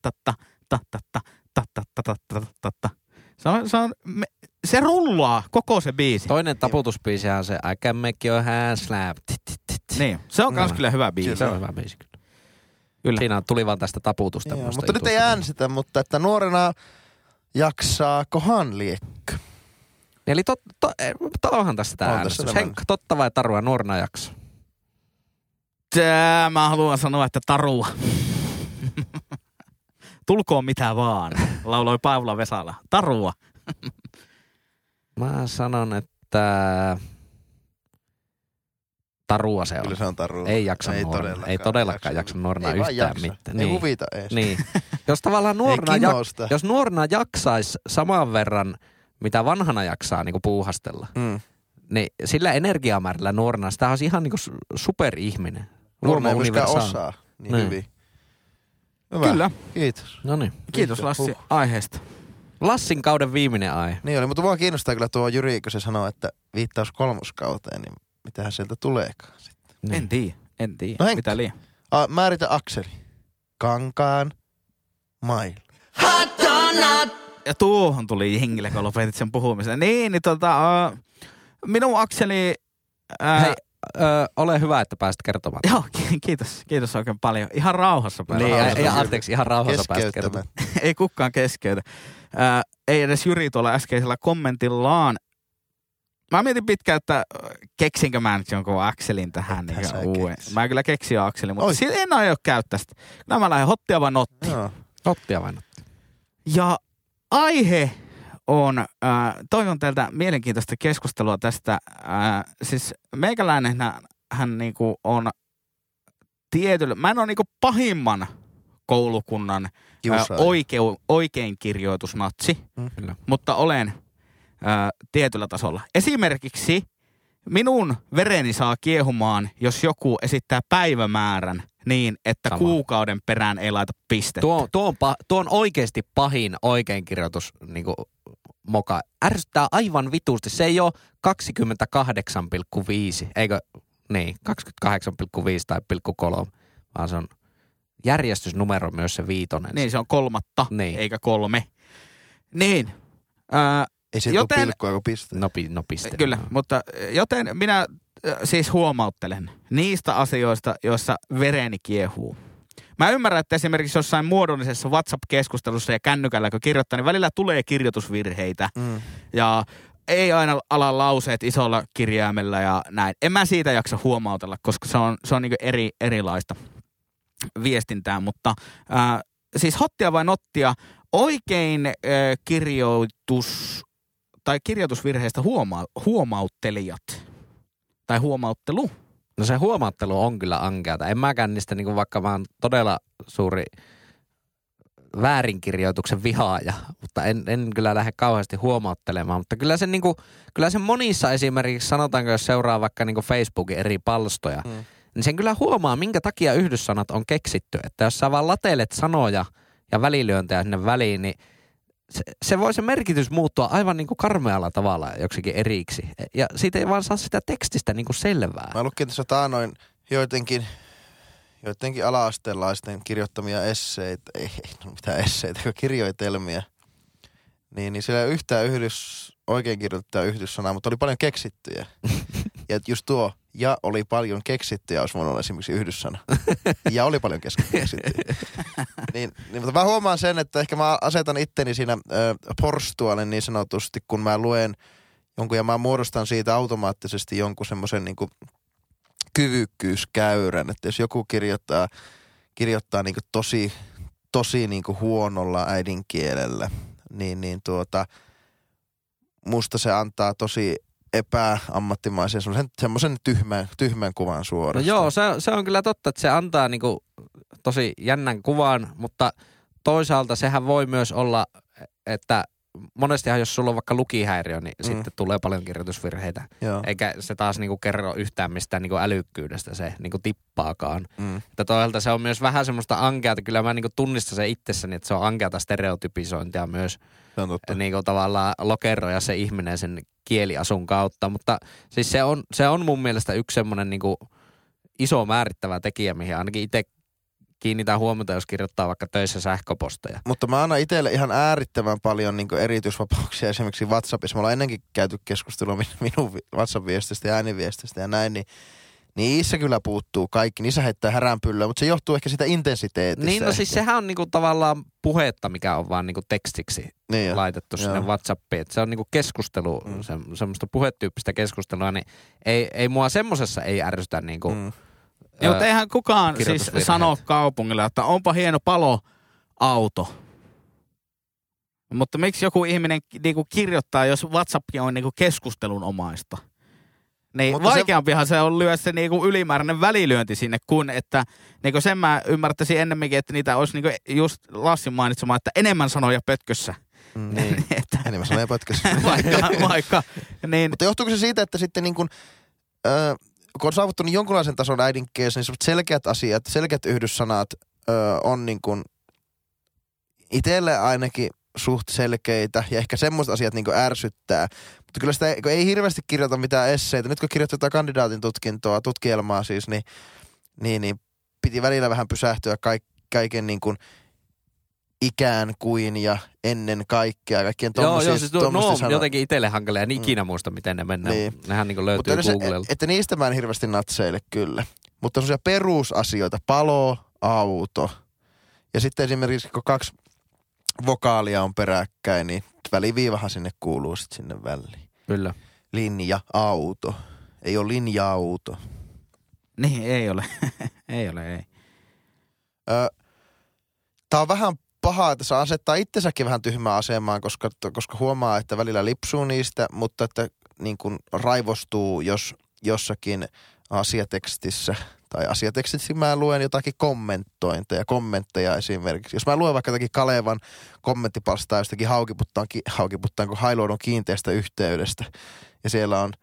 se rullaa koko se biisi. Toinen taputusbiisihän on se I can make your hands slap. Niin, se on kans kyllä hyvä biisi. Se on hyvä biisi kyllä. Siinä tuli vaan tästä taputusta. Mutta nyt ei äänestetä, mutta että nuorena jaksaakohan liekkä? Eli onhan tässä tää äänestys. Henkka, totta vai tarua nuorena jakso? Mä haluan sanoa, että tarua. Tulkoon mitä vaan, lauloi Paula Vesala. Tarua. Mä sanon, että tarua se on. Kyllä se on tarua. Ei jaksa nuorena. Ei todellakaan jaksa nuorena yhtään mitään. Ei huvita ees. Niin. Jos tavallaan jos nuorena jaksaisi saman verran, mitä vanhana jaksaa niin kuin puuhastella, niin sillä energiamäärällä nuorena, sitä olisi ihan niin kuin superihminen. Nuorena ei myöskään osaa niin hyvin. Hyvä. Kyllä. Kiitos. No niin. Kiitos Lassi aiheesta. Lassin kauden viimeinen aihe. Niin oli, mutta mua kiinnostaa kyllä tuo Jyri, kun se sanoo, että viittaus 3. kauteen, niin mitähän sieltä tuleekaan sitten. Niin. En tiedä. No mitä liian? Määritä Akseli. Kankaan mailla. Ja tuohon tuli jengille, kun lopetit sen puhumisen. Minun Akseli... Hei, ole hyvä, että pääsit kertomaan. Joo, kiitos oikein paljon. Ihan rauhassa päästä. Anteeksi, ihan rauhassa pääsit kertomaan. Ei kukaan keskeytä. Ei edes Jyri tuolla äskeisellä kommentillaan. Mä mietin pitkään, että keksinkö mä nyt jonkun Akselin tähän niin uuden. Mä kyllä keksin jo Akselin, mutta siitä en aio käyttää sitä. Kyllä mä lähden hottia vai nottia. Joo. Hottia vai nottia. Ja aihe on, toivon teiltä mielenkiintoista keskustelua tästä. Siis meikäläinen hän niinku on tietyllä, mä en ole niinku pahimman koulukunnan oikein kirjoitusnatsi, mutta olen tietyllä tasolla. Esimerkiksi minun vereni saa kiehumaan, jos joku esittää päivämäärän niin, että kuukauden perään ei laita pistettä. Tuo on oikeasti pahin oikeinkirjoitus niinku moka. Ärsyttää aivan vitusti. Se ei ole 28,5, eikö niin, 28,5 tai 0,3, vaan se on järjestysnumero myös se 5. Niin, se on 3, niin. Eikä 3. Niin. Ei se tule pilkkua kuin piste. No piste. Kyllä, mutta joten minä siis huomauttelen niistä asioista, joissa vereni kiehuu. Mä ymmärrän, että esimerkiksi jossain muodollisessa WhatsApp-keskustelussa ja kännykällä, kun kirjoittaa, niin välillä tulee kirjoitusvirheitä. Ja ei aina ala lauseet isolla kirjaimella ja näin. En mä siitä jaksa huomautella, koska se on niin kuin erilaista viestintää. Mutta siis hottia vai nottia, oikein kirjoitusvirheistä huomauttelijat tai huomauttelu. No se huomauttelu on kyllä ankeata. En mäkään niistä, niin vaikka mä oon todella suuri väärinkirjoituksen vihaaja, mutta en kyllä lähde kauheasti huomauttelemaan. Mutta kyllä se monissa esimerkiksi, sanotaanko jos seuraa vaikka niinku Facebookin eri palstoja, niin sen kyllä huomaa, minkä takia yhdyssanat on keksitty. Että jos sä vaan latelet sanoja ja välilyöntejä sinne väliin, niin se voi se merkitys muuttua aivan niin kuin karmealla tavalla joksikin eriksi. Ja siitä ei vaan saa sitä tekstistä niin kuin selvää. Mä lukin tässä taanoin joidenkin ala-astelaisten kirjoittamia esseitä, ei mitään esseitä, kirjoitelmia. Niin siellä ei yhtään oikein kirjoittaa yhdyssanaa, mutta oli paljon keksittyjä. Ja just tuo, ja oli paljon keksittyjä, olisi voinut olla esimerkiksi yhdyssana. Ja oli paljon keksittyjä. Mutta mä huomaan sen, että ehkä mä asetan itteni siinä porstualle niin sanotusti, kun mä luen jonkun ja mä muodostan siitä automaattisesti jonkun semmoisen niinku kyvykkyyskäyrän. Että jos joku kirjoittaa niinku tosi niinku huonolla äidinkielellä, niin musta se antaa tosi epäammattimaisen semmoisen tyhmän kuvan suorastaan. No joo, se on kyllä totta, että se antaa niinku tosi jännän kuvan, mutta toisaalta sehän voi myös olla, että monestihan jos sulla on vaikka lukihäiriö, niin sitten tulee paljon kirjoitusvirheitä. Joo. Eikä se taas niinku kerro yhtään mistään niinku älykkyydestä se niinku tippaakaan. Että toisaalta se on myös vähän semmoista ankeata, kyllä mä niinku tunnistan sen itsessäni, että se on ankeata stereotypisointia myös. Niinku tavallaan lokeroja se ihminen sen kieliasun kautta, mutta siis se on mun mielestä yksi semmoinen niinku iso määrittävä tekijä, mihin ainakin itse kiinnitän huomiota, jos kirjoittaa vaikka töissä sähköposteja. Mutta mä annan itselle ihan äärittävän paljon niinku erityisvapauksia esimerkiksi WhatsAppissa. Me ollaan ennenkin käyty keskustelua minun WhatsApp-viestistä ja ääniviestistä ja näin, niin niissä kyllä puuttuu kaikki. Niissä heittää häränpyllyä, mutta se johtuu ehkä siitä intensiteetistä. Niin, no siis sehän on niinku tavallaan puhetta, mikä on vaan niinku tekstiksi laitettu sinne WhatsAppiin. Et se on niinku keskustelu, semmoista puhetyyppistä keskustelua, niin ei mua semmosessa ei ärsytä niinku... Joo, mutta eihän kukaan siis sano kaupungilla, että onpa hieno paloauto. Mutta miksi joku ihminen niinku kirjoittaa, jos WhatsApp on niinku keskustelunomaista? Niin mutta vaikeampihan se on lyödä se niinku ylimääräinen välilyönti sinne, kun että niinku sen mä ymmärtäisin ennemminkin, että niitä olisi niinku just Lassin mainitsemaan, että enemmän sanoja pötkössä. Niin, enemmän sanoja pötkössä. vaikka. Niin. Mutta johtuuko se siitä, että sitten niin kuin, kun on saavuttanut jonkunlaisen tason äidinkielessä, niin selkeät asiat, selkeät yhdyssanat on niin kuin itselle ainakin suht selkeitä ja ehkä semmoiset asiat niin kuin ärsyttää. Mutta kyllä sitä ei hirveästi kirjoita mitään esseitä. Nyt kun kirjoitetaan kandidaatin tutkielmaa siis, niin piti välillä vähän pysähtyä kaiken niin kuin ikään kuin ja ennen kaikkea. Kaikkien tommosia. Joo, siis on jotenkin itselle hankalia. En ikinä muista, miten ne mennään. Niin. Nehän niin löytyy Googlelta. Että niistä mä en hirveästi natseile kyllä. Mutta semmoisia perusasioita. Palo, auto. Ja sitten esimerkiksi kun 2 vokaalia on peräkkäin, niin väliviivahan sinne kuuluu sitten sinne väliin. Kyllä. Linja-auto. Ei ole linja-auto. Niin, ei ole. ei. Tää on vähän pahaa, että se asettaa itsensäkin vähän tyhmään asemaan, koska huomaa, että välillä lipsuu niistä, mutta että niin kuin raivostuu, jos jossakin asiatekstissä tai asiatekstissä mä luen jotakin kommentteja esimerkiksi. Jos mä luen vaikka jotakin Kalevan kommenttipalstaa jostakin haukiputtaan kuin Hailuodon kiinteästä yhteydestä ja siellä on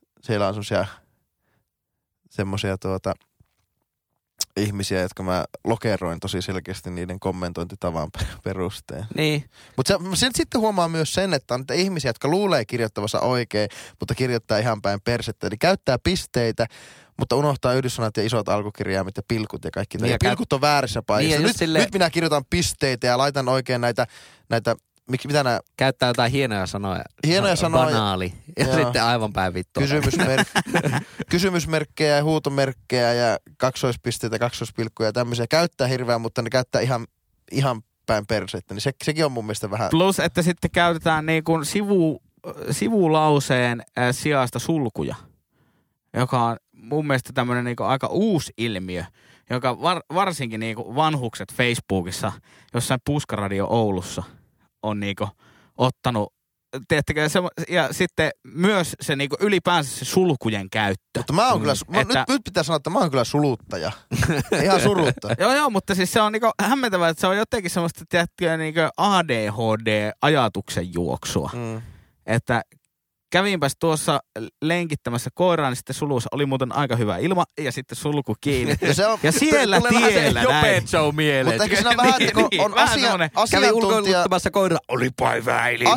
semmosia ihmisiä, jotka mä lokeroin tosi selkeästi niiden kommentointitavan perusteella. Niin. Mutta sitten huomaa myös sen, että on niitä ihmisiä, jotka luulee kirjoittavansa oikein, mutta kirjoittaa ihan päin persettä. Eli käyttää pisteitä, mutta unohtaa yhdyssanat ja isot alkukirjaimet ja pilkut ja kaikki. Niin, ja pilkut on väärissä paikoissa. Niin, nyt minä kirjoitan pisteitä ja laitan oikein näitä mitä nämä... Käyttää jotain hienoja sanoja. Banaali. Ja sitten aivan päin vittua. Kysymysmerkkejä ja huutomerkkejä ja kaksoispisteitä, kaksoispilkkuja ja tämmöisiä. Käyttää hirveän, mutta ne käyttää ihan päin persettä. Niin sekin on mun mielestä vähän... Plus, että sitten käytetään niin kuin sivulauseen sijasta sulkuja, joka on mun mielestä tämmöinen niin kuin aika uusi ilmiö, joka varsinkin niin kuin vanhukset Facebookissa, jossain Puskaradio Oulussa, on niinku ottanut tiedättekö, ja sitten myös se niinku ylipäänsä se sulkujen käyttö. Mutta mä oon kyllä, nyt pitää sanoa, että mä oon kyllä suluttaja. Ihan surutta. Joo, mutta siis se on niinku hämmentävää, että se on jotenkin semmoista, tiedätkö, niinku ADHD-ajatuksen juoksua. Että kävinpäs tuossa lenkittämässä koiraa, niin sitten sulussa oli muuten aika hyvä ilma ja sitten sulku kiinni. Ja siellä tiellä näin. Show mieleen. Mutta eikö siinä vähän, että kun on kävi ulkoiluttamassa koira, olipa hyvä ilma.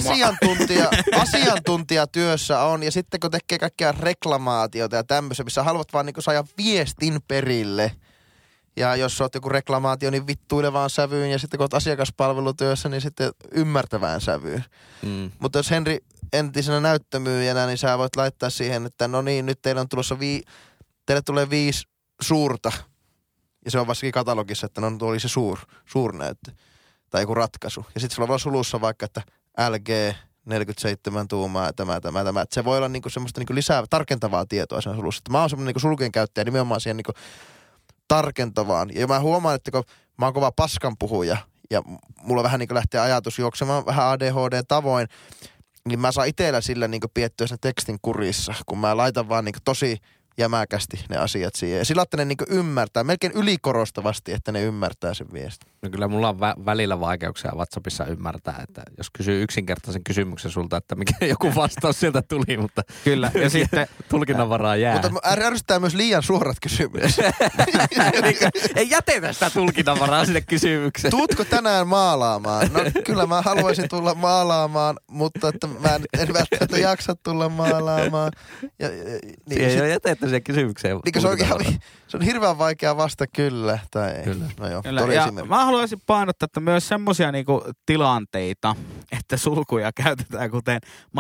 Asiantuntijatyössä on, ja sitten kun tekee kaikkia reklamaatioita ja tämmöisiä, missä haluat vaan niin saada viestin perille. Ja jos oot joku reklamaatio, niin vittuilevaan sävyyn, ja sitten kun oot asiakaspalvelutyössä, niin sitten ymmärtävään sävyyn. Mutta jos Henri entisenä näyttömyyjänä, niin sä voit laittaa siihen, että no niin, nyt teillä on tulossa teille tulee 5 suurta. Ja se on vastakin katalogissa, että no oli se suurnäyttö. Tai joku ratkaisu. Ja sitten sulla voi olla sulussa vaikka, että LG 47 tuumaa ja tämä. Että se voi olla niinku semmoista niinku lisää, tarkentavaa tietoa siinä sulussa. Että mä oon semmoinen niinku sulkujen käyttäjä nimenomaan siihen niinku tarkentavaan. Ja mä huomaan, että kun mä oon kova paskanpuhuja ja mulla vähän niinku lähtee ajatus juoksemaan vähän ADHD-tavoin, niin mä saan itsellä sillä niinku piettyä sen tekstin kurissa, kun mä laitan vaan niinku tosi jämäkästi ne asiat siihen. Ja sillä, että ne niinku ymmärtää, melkein ylikorostavasti, että ne ymmärtää sen viestin. No kyllä mulla on välillä vaikeuksia WhatsAppissa ymmärtää, että jos kysyy yksinkertaisen kysymyksen sulta, että mikä joku vastaus sieltä tuli, mutta kyllä, ja sitten tulkinnanvaraa jää. Mutta ärsyttää myös liian suorat kysymykset. Ei jätetä sitä tulkinnanvaraa sinne kysymykseen. Tuutko tänään maalaamaan? No kyllä mä haluaisin tulla maalaamaan, mutta että mä en välttämättä jaksa tulla maalaamaan. Niin, ei ole jätettä siihen kysymykseen. Niin, se on hirveän vaikea vasta kyllä tai ei. Kyllä. No joo, ja mä haluaisin painottaa, että myös semmoisia niinku tilanteita, että sulkuja käytetään kuten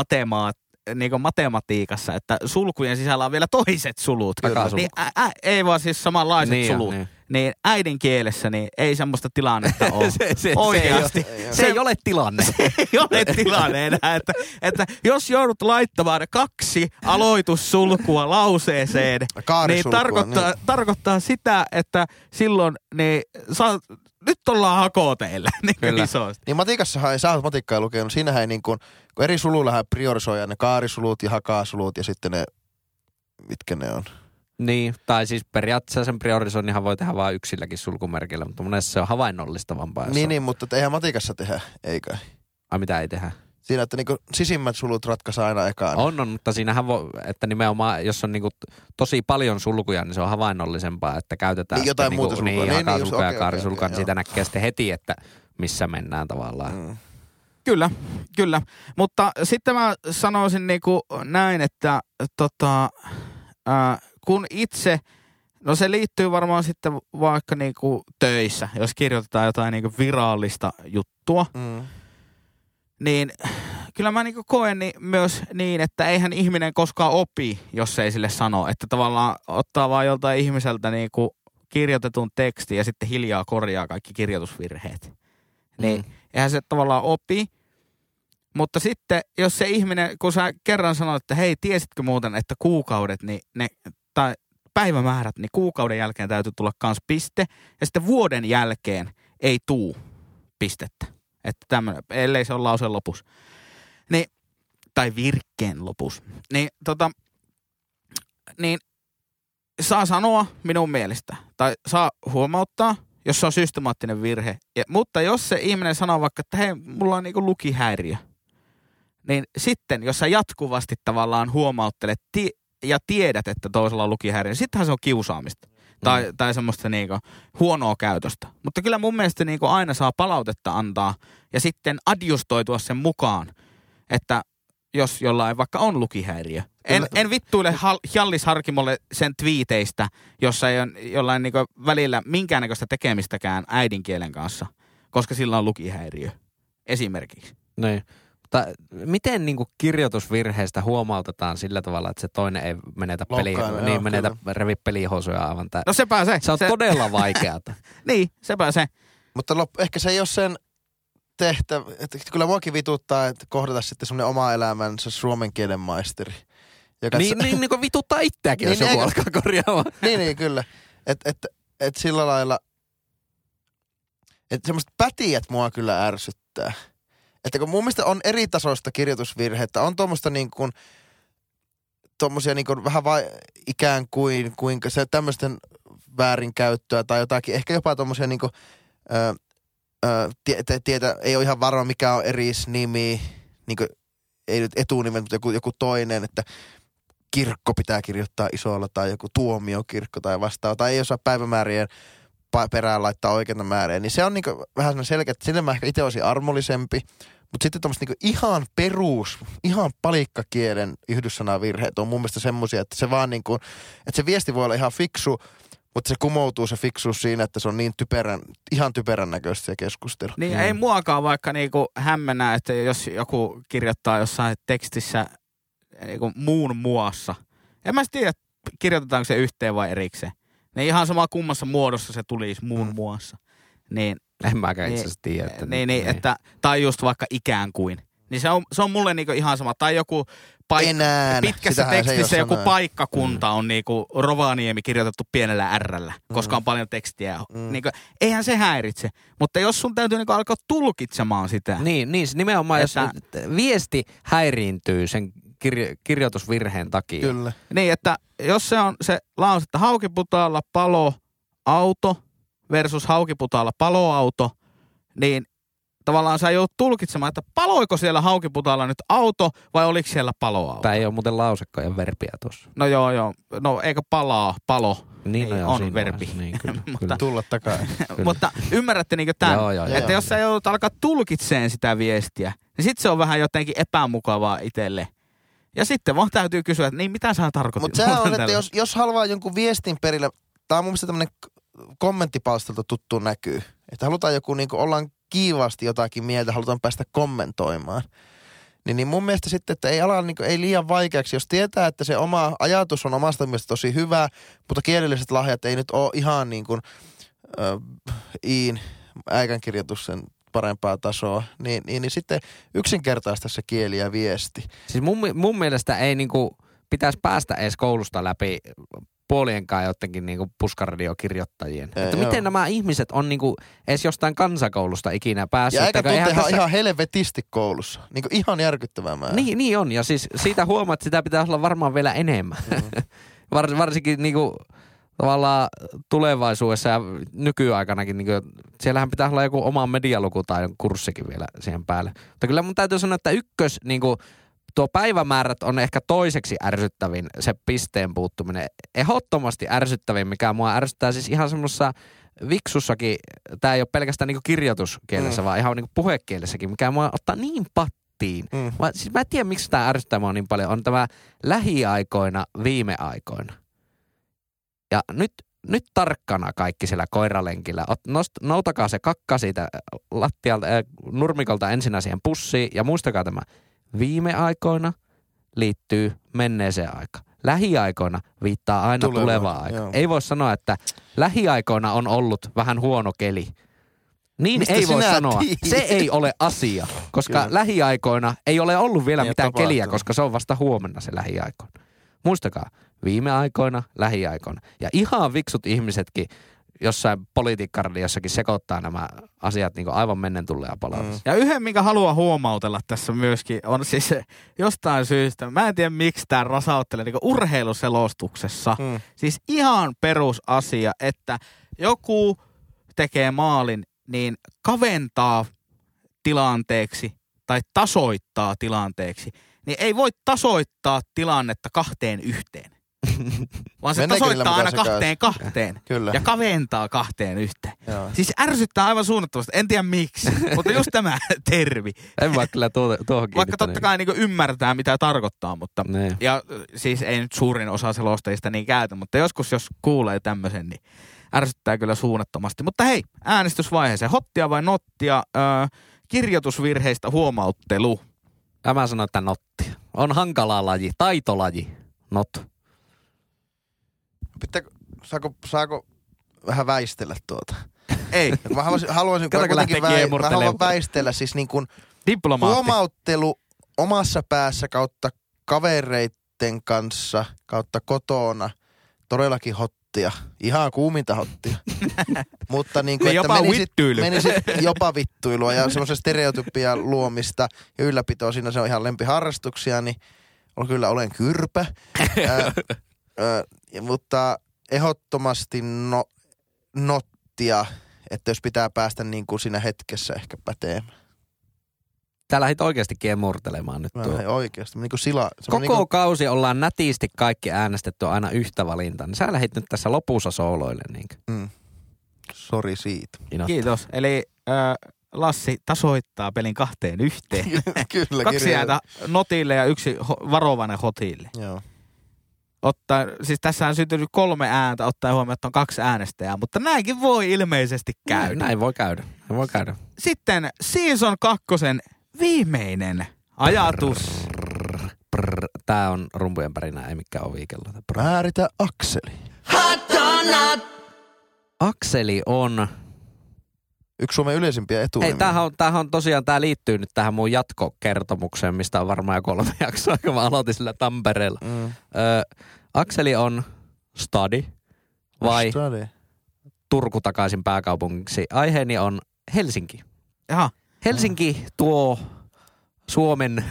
matematiikassa, että sulkujen sisällä on vielä toiset sulut. Niin, ei vaan siis samanlaiset sulut. Niin äidinkielessä niin ei semmoista tilannetta ole. Oikeasti. Se ei ole tilanne. Se ei ole tilanne enää. Että jos joudut laittamaan 2 aloitussulkua lauseeseen, niin tarkoittaa sitä, että silloin niin nyt ollaan hakoteilla niin isosti. Niin matikassahan ei saa matikkaa lukenut. Siinähän ei niin kuin, kun eri suluilla priorisoidaan ne kaarisulut ja hakasulut ja sitten ne, mitkä ne on. Niin, tai siis periaatteessa sen priorisoinnihan voi tehdä vain yksilläkin sulkumerkillä, mutta monessa se on havainnollistavampaa. Niin, mutta eihän matikassa tehdä, eikä. Ai mitä ei tehdä? Siinä, että niinku sisimmät sulut ratkaisee aina ekaan. On, mutta siinähän voi, että nimenomaan, jos on niinku tosi paljon sulkuja, niin se on havainnollisempaa, että käytetään niin jotain muuta sulkua. Niin, hakasulkua ja kaarisulkua, niin siitä näkee sitten heti, että missä mennään tavallaan. Kyllä. Mutta sitten mä sanoisin niinku näin, että kun itse, no se liittyy varmaan sitten vaikka niinku töissä, jos kirjoitetaan jotain niinku virallista juttua, niin kyllä mä niinku koen myös niin, että eihän ihminen koskaan opi, jos ei sille sano, että tavallaan ottaa vaan joltain ihmiseltä niinku kirjoitetun tekstin ja sitten hiljaa korjaa kaikki kirjoitusvirheet. Niin eihän se tavallaan opi. Mutta sitten, jos se ihminen, kun sä kerran sanoit, että hei, tiesitkö muuten, että kuukaudet, niin tai päivämäärät, niin kuukauden jälkeen täytyy tulla kans piste. Ja sitten vuoden jälkeen ei tuu pistettä. Että tämmönen, ellei se ole lauseen lopussa. Niin, tai virkkeen lopussa. Niin saa sanoa minun mielestä. Tai saa huomauttaa, jos se on systemaattinen virhe. Mutta jos se ihminen sanoo vaikka, että hei, mulla on niinku lukihäiriö. Niin sitten, jos sä jatkuvasti tavallaan huomauttelet ja tiedät, että toisella on lukihäiriö, niin sittenhän se on kiusaamista. Tai semmoista niinku huonoa käytöstä. Mutta kyllä mun mielestä niinku aina saa palautetta antaa ja sitten adjustoitua sen mukaan, että jos jollain vaikka on lukihäiriö. En vittuile Hjallis Harkimolle sen twiiteistä, jossa ei ole jollain niinku välillä minkäännäköistä tekemistäkään äidinkielen kanssa, koska sillä on lukihäiriö. Esimerkiksi. Niin. Mutta miten niinku kirjoitusvirheestä huomautetaan sillä tavalla, että se toinen ei menetä revi pelihousuja aivan täysin? No sepä se. Se on todella vaikeata. Niin, sepä se. Mutta ehkä se ei ole sen tehtävä. Kyllä muakin vituttaa, että kohdata sitten semmoinen oma elämänsä suomen kielen maisteri. Niin kuin vituttaa itseäkin, jos joku alkaa korjaamaan. Niin, kyllä. Että sillä lailla, että semmoiset pätijät mua kyllä ärsyttää. Että kun mun mielestä on eri tasoista kirjoitusvirhettä, on tuommoista niin kuin, tuommoisia niin kuin vähän ikään kuin, kuinka se tämmöisten väärinkäyttöä tai jotakin, ehkä jopa tuommoisia niin kuin, ei ole ihan varma mikä on erisnimi, niin kuin, ei nyt etunimen, mutta joku toinen, että kirkko pitää kirjoittaa isolla tai joku tuomiokirkko tai vastaava, tai ei osaa päivämäärien perään laittaa oikeita määriä, niin se on niinku vähän sellainen selkeä, että sille mä ehkä itse olisin armollisempi, mutta sitten tommoset niinku ihan perus, ihan palikkakielen yhdyssanavirheet on mun mielestä semmosia, että se vaan niinku, että se viesti voi olla ihan fiksu, mutta se kumoutuu se fiksuus siinä, että se on niin ihan typerän näköistä se keskustelu. Niin ei muakaan vaikka niinku hämmennä, että jos joku kirjoittaa jossain tekstissä niinku muun muassa. En mä tiedä, kirjoitetaanko se yhteen vai erikseen. Niin ihan sama kummassa muodossa se tulisi muun muassa. Niin, en mäkään itse asiassa tiedä. Että että, tai just vaikka ikään kuin. Niin se on mulle niinku ihan sama. Tai joku pitkässä tekstissä joku paikkakunta on niinku Rovaniemi kirjoitettu pienellä r:llä, koska on paljon tekstiä. Niinku, eihän se häiritse. Mutta jos sun täytyy niinku alkaa tulkitsemaan sitä. Niin nimenomaan, jos viesti häiriintyy sen kirjoitusvirheen takia. Kyllä. Niin, että jos se on se lause, että Haukiputaalla paloauto versus Haukiputaalla paloauto, niin tavallaan sä joudut tulkitsemaan, että paloiko siellä Haukiputaalla nyt auto vai oliko siellä paloauto? Tämä ei ole muuten lausekkojen verbiä tuossa. No joo. No eikö palo? Niin on verbi. Niin, kyllä. Mutta, tulla takaisin. mutta ymmärrätte niinkö tämän? Joo. Että jos sä joudut alkaa tulkitseen sitä viestiä, niin sit se on vähän jotenkin epämukavaa itselle. Ja sitten vaan täytyy kysyä, että niin mitä sä tarkoitit? Mutta sehän on, että jos haluaa jonkun viestin perille, tää on mun mielestä tämmönen kommenttipalstalta tuttu näkyy. Että halutaan joku niinku, ollaan kiivaasti jotakin mieltä, halutaan päästä kommentoimaan. Niin mun mielestä sitten, että ei ala niinku, ei liian vaikeaksi, jos tietää, että se oma ajatus on omasta mielestä tosi hyvä, mutta kielelliset lahjat ei nyt ole ihan niin kuin iin äikänkirjoitus sen parempaa tasoa, niin sitten yksinkertaista se kieli ja viesti. Siis mun mielestä ei niinku pitäisi päästä edes koulusta läpi puolienkaan jotenkin niinku puskaradiokirjoittajien. Että miten nämä ihmiset on niinku edes jostain kansakoulusta ikinä päässyt. Ja eikä tuntehan ihan helvetisti koulussa. Niinku ihan järkyttävää määrä. Niin on. Ja siis siitä huomaa, että sitä pitää olla varmaan vielä enemmän. Varsinkin niinku tavallaan tulevaisuudessa ja nykyaikanakin, niin kuin, siellähän pitää olla joku oma medialuku tai kurssikin vielä siihen päälle. Mutta kyllä mun täytyy sanoa, että niin kuin, tuo päivämäärät on ehkä toiseksi ärsyttävin se pisteen puuttuminen. Ehdottomasti ärsyttävin, mikä mua ärsyttää siis ihan semmoisessa viksussakin, tämä ei ole pelkästään niin kuin kirjoituskielessä, vaan ihan niin kuin puhekielessäkin, mikä mua ottaa niin pattiin. Siis mä en tiedä, miksi tämä ärsyttää mua niin paljon. On tämä lähiaikoina, viime aikoina. Ja nyt tarkkana kaikki siellä koiralenkillä. Noutakaa se kakka siitä lattialta, nurmikolta ensinnä siihen pussiin ja muistakaa tämä. Viime aikoina liittyy menneeseen aikaan. Lähiaikoina viittaa aina tulevaan aikaan. Ei voi sanoa, että lähiaikoina on ollut vähän huono keli. Niin mistä ei voi sanoa. Tiedät? Se ei ole asia, koska lähiaikoina ei ole ollut vielä mitään keliä, koska se on vasta huomenna se lähiaikoina. Muistakaa, viime aikoina, lähiaikoina. Ja ihan viksut ihmisetkin jossain politiikkaradiossakin sekoittaa nämä asiat niin kuin aivan mennen tulleen palautessa. Ja yhden, minkä haluan huomautella tässä myöskin, on siis jostain syystä, mä en tiedä miksi tää rasauttelee niin kuin urheiluselostuksessa. Siis ihan perusasia, että joku tekee maalin, niin kaventaa tilanteeksi tai tasoittaa tilanteeksi. Niin ei voi tasoittaa tilannetta 2-1. Vaan se tasoittaa aina 2-2 ja kaventaa 2-1. Siis ärsyttää aivan suunnattomasti. En tiedä miksi, mutta just tämä termi. En vaan kyllä tuohon vaikka totta kai niin ymmärtää, mitä tarkoittaa, mutta ja siis ei nyt suurin osa selostajista niin käytä, mutta joskus jos kuulee tämmöisen, niin ärsyttää kyllä suunnattomasti. Mutta hei, äänestysvaiheeseen. Hottia vai nottia? Kirjoitusvirheistä huomauttelu. Mä sanon, että notti. On hankala laji, taitolaji, not. Saako vähän väistellä tuota? Ei. Mä haluaisin väistellä siis niin kuin huomauttelu omassa päässä kautta kavereitten kanssa, kautta kotona todellakin hottia. Ihan kuuminta hottia. Mutta niin kuin, että jopa menisi jopa vittuilua ja semmoisen stereotypia luomista ja ylläpitoa. Siinä se on ihan lempiharrastuksia, niin olen kyrpä. Mutta ehdottomasti nottia, että jos pitää päästä niin kuin siinä hetkessä ehkä päteemään. Tää lähdit oikeasti kiemurtelemaan nyt tuo. Oikeasti. Niin kuin Koko kausi ollaan nätisti kaikki äänestetty aina yhtä valintaa. Niin sä lähdit nyt tässä lopussa sooloille. Niin. Sori siitä. Kiitos. Eli Lassi tasoittaa pelin 2-1. Kyllä. 2 ääntä notille ja 1 varovainen hotille. Joo. Siis tässä on syntynyt 3 ääntä, ottaen huomioon, että on 2 äänestäjää, mutta näinkin voi ilmeisesti käydä. Näin voi käydä. Sitten Season 2 viimeinen ajatus. Tää on rumpujen pärinä, ei mikään ovikello. Määritä akseli. Hot or not. Akseli on... Yksi Suomen yleisimpiä etunimiä. Hei, tämähän on tosiaan, tää liittyy nyt tähän mun jatkokertomukseen, mistä on varmaan jo 3 jaksoa, kun mä aloitin sillä Tampereella. Akseli on study vai Study. Turku takaisin pääkaupungiksi. Aiheeni on Helsinki. Jaha. Helsinki tuo Suomen...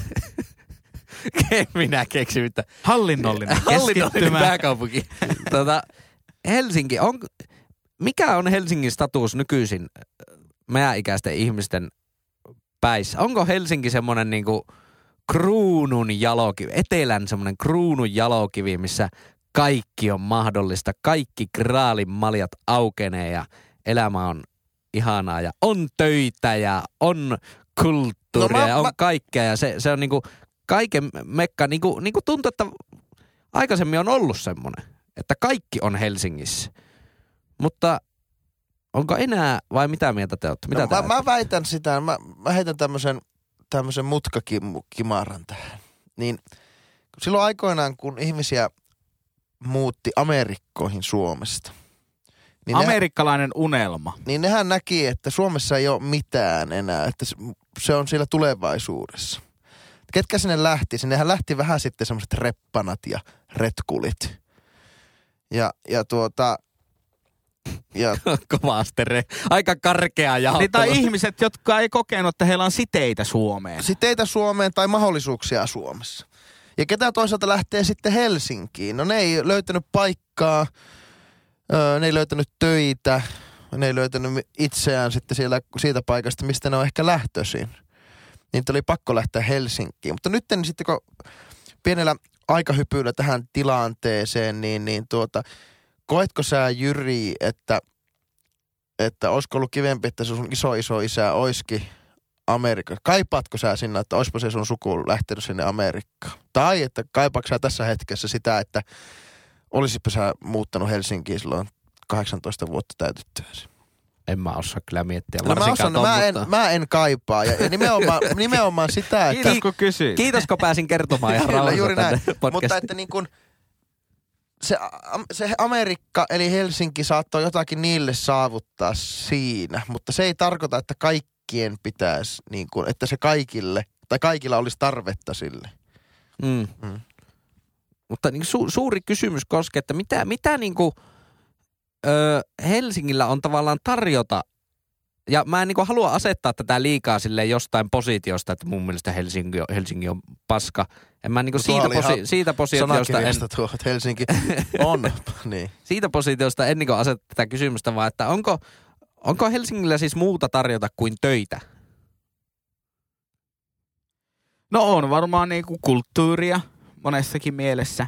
Minä keksin, että... Hallinnollinen pääkaupunki. Helsinki on... Mikä on Helsingin status nykyisin meidän ikäisten ihmisten päissä? Onko Helsinki semmoinen niinku kruunun jalokivi, etelän semmoinen kruunun jalokivi, missä kaikki on mahdollista, kaikki graalin maljat aukenee ja elämä on ihanaa ja on töitä ja on kulttuuria ja on kaikkea ja se on niinku kaiken mekka, niinku tuntuu, että aikaisemmin on ollut semmoinen, että kaikki on Helsingissä. Mutta onko enää vai mitä mieltä te olette? Mä väitän sitä, mä heitän tämmöisen mutkakimaran tähän. Niin silloin aikoinaan, kun ihmisiä muutti Amerikkoihin Suomesta. Niin amerikkalainen unelma. Niin nehän näki, että Suomessa ei ole mitään enää, että se on siellä tulevaisuudessa. Ketkä sinne lähti? Sinnehän lähti vähän sitten semmoiset reppanat ja retkulit. Ja Kovastere. Aika karkea jaottelu. Niin, tai ihmiset, jotka ei kokenut, että heillä on siteitä Suomeen. Siteitä Suomeen tai mahdollisuuksia Suomessa. Ja ketä toisaalta lähtee sitten Helsinkiin? No ne ei löytänyt paikkaa, ne ei löytänyt töitä, ne ei löytänyt itseään sitten siitä paikasta, mistä ne on ehkä lähtöisin. Niin oli pakko lähteä Helsinkiin. Mutta nyt niin sitten kun pienellä aikahypyllä tähän tilanteeseen, niin koetko sä, Jyri, että olisiko ollut kivempi, että sun iso isä olisikin Amerikassa? Kaipaatko sä sinne, että olisiko se sun suku lähtenyt sinne Amerikkaan? Tai että kaipaatko sä tässä hetkessä sitä, että olisipa sä muuttanut Helsinkiin silloin 18 vuotta täytettyäsi? En mä osaa kyllä miettiä. Mä en kaipaa. Ja nimenomaan sitä, että... Kiitos kun kysyit. Kiitos kun pääsin kertomaan ihan rauhassa juuri näin. Podcastiin. Mutta että niin kuin... Se Amerikka eli Helsinki saattoi jotakin niille saavuttaa siinä, mutta se ei tarkoita, että kaikkien pitäisi, niin kuin, että se kaikille, tai kaikilla olisi tarvetta sille. Mutta niin suuri kysymys koskee, että mitä niin kuin, Helsingillä on tavallaan tarjota, ja mä en niin kuin halua asettaa tätä liikaa silleen jostain positiosta, että mun mielestä Helsinki on paska. En mä niinku siitä positiosta Helsinki on. Niin. Siitä positiosta en niinku aseta tätä kysymystä, vaan että onko Helsingillä siis muuta tarjota kuin töitä? No on varmaan niinku kulttuuria monessakin mielessä.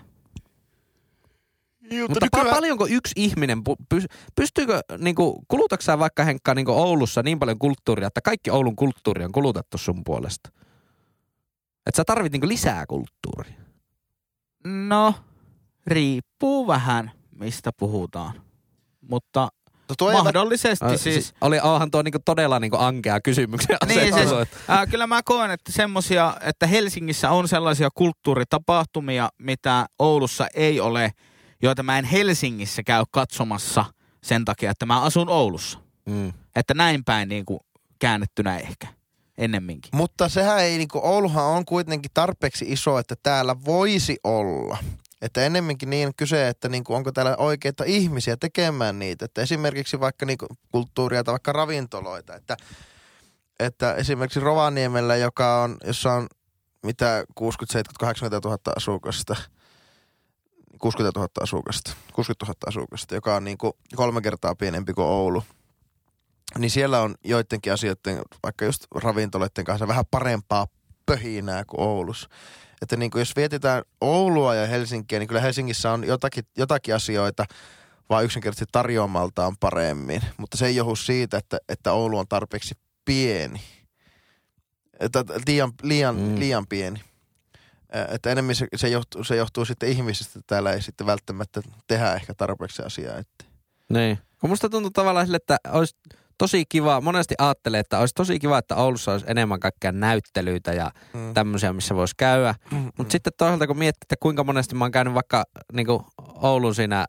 Mutta paljonko yksi ihminen, pystyykö, niinku, kulutatko sä vaikka Henkka niinku Oulussa niin paljon kulttuuria, että kaikki Oulun kulttuuri on kulutettu sun puolesta? Että sä tarvit niinku lisää kulttuuria? No, riippuu vähän, mistä puhutaan. Mutta mahdollisesti siis... Onhan tuo niinku todella niinku ankea kysymyksen asetus. Niin, kyllä mä koen, että semmosia, että Helsingissä on sellaisia kulttuuritapahtumia, mitä Oulussa ei ole, joita mä en Helsingissä käy katsomassa sen takia, että mä asun Oulussa. Että näin päin niinku käännettynä ehkä ennemminkin. Mutta sehän ei, niinku Ouluhan on kuitenkin tarpeeksi iso, että täällä voisi olla Että ennemminkin niin kyse, että niinku onko täällä oikeita ihmisiä tekemään niitä. Että esimerkiksi vaikka niinku kulttuuria tai vaikka ravintoloita. Että esimerkiksi Rovaniemellä, jossa on mitä 60, 70, 80 000 asukasta, 60 000 asukasta, joka on niinku 3 kertaa pienempi kuin Oulu. Niin siellä on joidenkin asioiden, vaikka just ravintoloiden kanssa vähän parempaa pöhinää kuin Oulussa. Että niin kuin jos vietetään Oulua ja Helsinkiä, niin kyllä Helsingissä on jotakin asioita, vaan yksinkertaisesti tarjoamaltaan paremmin. Mutta se ei johdu siitä, että Oulu on tarpeeksi pieni. Että liian pieni. Että enemmän se johtuu sitten ihmisistä, että täällä ei sitten välttämättä tehdä ehkä tarpeeksi asiaa. Niin. Kun musta tuntuu tavallaan sille, että olisi tosi kiva, monesti ajattelee, että olisi tosi kiva, että Oulussa olisi enemmän kaikkea näyttelyitä ja tämmöisiä, missä voisi käydä. Mutta sitten toisaalta, kun miettii, että kuinka monesti mä oon käynyt vaikka niin kuin Oulun siinä,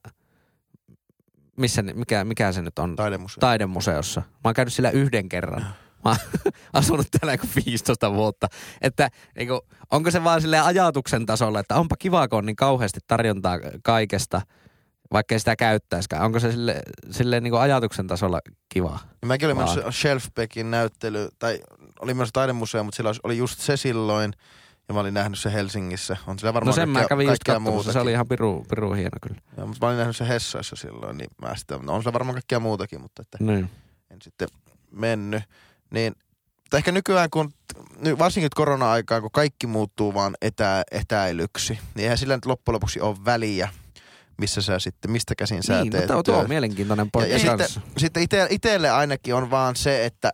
mikä se nyt on? Taidemuseossa. Mä oon käynyt sillä 1 kerran. Mä oon asunut täällä 15 vuotta. Että niin kuin, onko se vaan silleen ajatuksen tasolla, että onpa kiva, kun on niin kauheasti tarjontaa kaikesta, vaikka ei sitä käyttäisikään. Onko se silleen niin kuin ajatuksen tasolla kivaa? Mäkin olin myös Shelfbackin näyttely, tai oli myös taidemuseo, mutta sillä oli just se silloin, ja mä olin nähnyt se Helsingissä. On sillä varmaan sen mä kävin just katsomassa, se oli ihan piru hieno kyllä. Ja, mutta mä olin nähnyt se Hessaissa silloin, niin mä sitten, on sillä varmaan kaikkea muutakin, mutta että en sitten mennyt. Niin, mutta ehkä nykyään, varsinkin korona-aikaan, kun kaikki muuttuu vaan etäilyksi, niin eihän sillä nyt loppujen lopuksi ole väliä, mistä käsin sä teet. Niin, tuo on mielenkiintoinen pointti kanssa. Sitten itselle ainakin on vaan se, että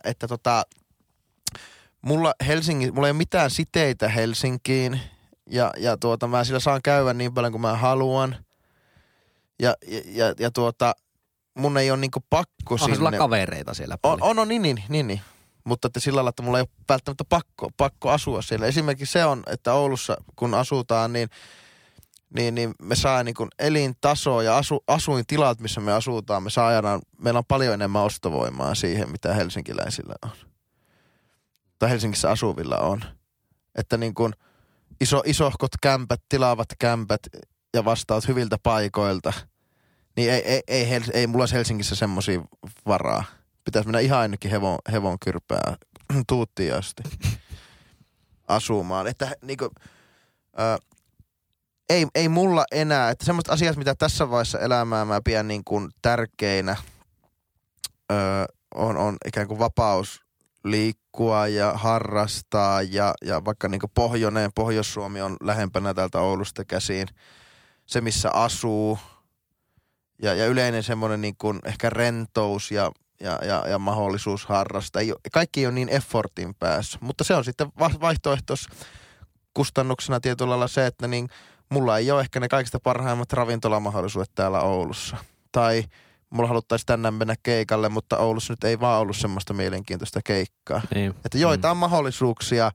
mulla ei ole mitään siteitä Helsinkiin ja mä sillä saan käydä niin paljon kuin mä haluan. Ja mun ei ole niinku pakko sinne. Onhan sulla kavereita siellä paljon? On, niin. Mutta että sillä lailla, että mulla ei ole välttämättä pakko asua siellä. Esimerkiksi se on, että Oulussa kun asutaan, niin me saa niin kuin elintasoa ja asuintilat, missä me asutaan, meillä on paljon enemmän ostovoimaa siihen, mitä helsinkiläisillä on. Tai Helsingissä asuvilla on. Että niin kuin isohkot kämpät, tilaavat kämpät ja vastaat hyviltä paikoilta, niin ei mulla olisi Helsingissä semmosia varaa. Pitäisi mennä ihan ainakin hevon kyrpää tuuttiin asti asumaan. Että niinku ei mulla enää, että semmoista asiat, mitä tässä vaiheessa elämää mä pidän niin kuin tärkeinä, on ikään kuin vapaus liikkua ja harrastaa ja vaikka niin kuin Pohjois-Suomi on lähempänä täältä Oulusta käsiin, se missä asuu ja yleinen semmoinen niin kuin ehkä rentous ja mahdollisuus harrastaa. Kaikki ei ole niin effortin päässä, mutta se on sitten vaihtoehtoiskustannuksena tietyllä lailla se, että niin mulla ei ole ehkä ne kaikista parhaimmat ravintolamahdollisuudet täällä Oulussa. Tai mulla haluttaisiin tänään mennä keikalle, mutta Oulussa nyt ei vaan ollut semmoista mielenkiintoista keikkaa. Niin. Että joitain mahdollisuuksia,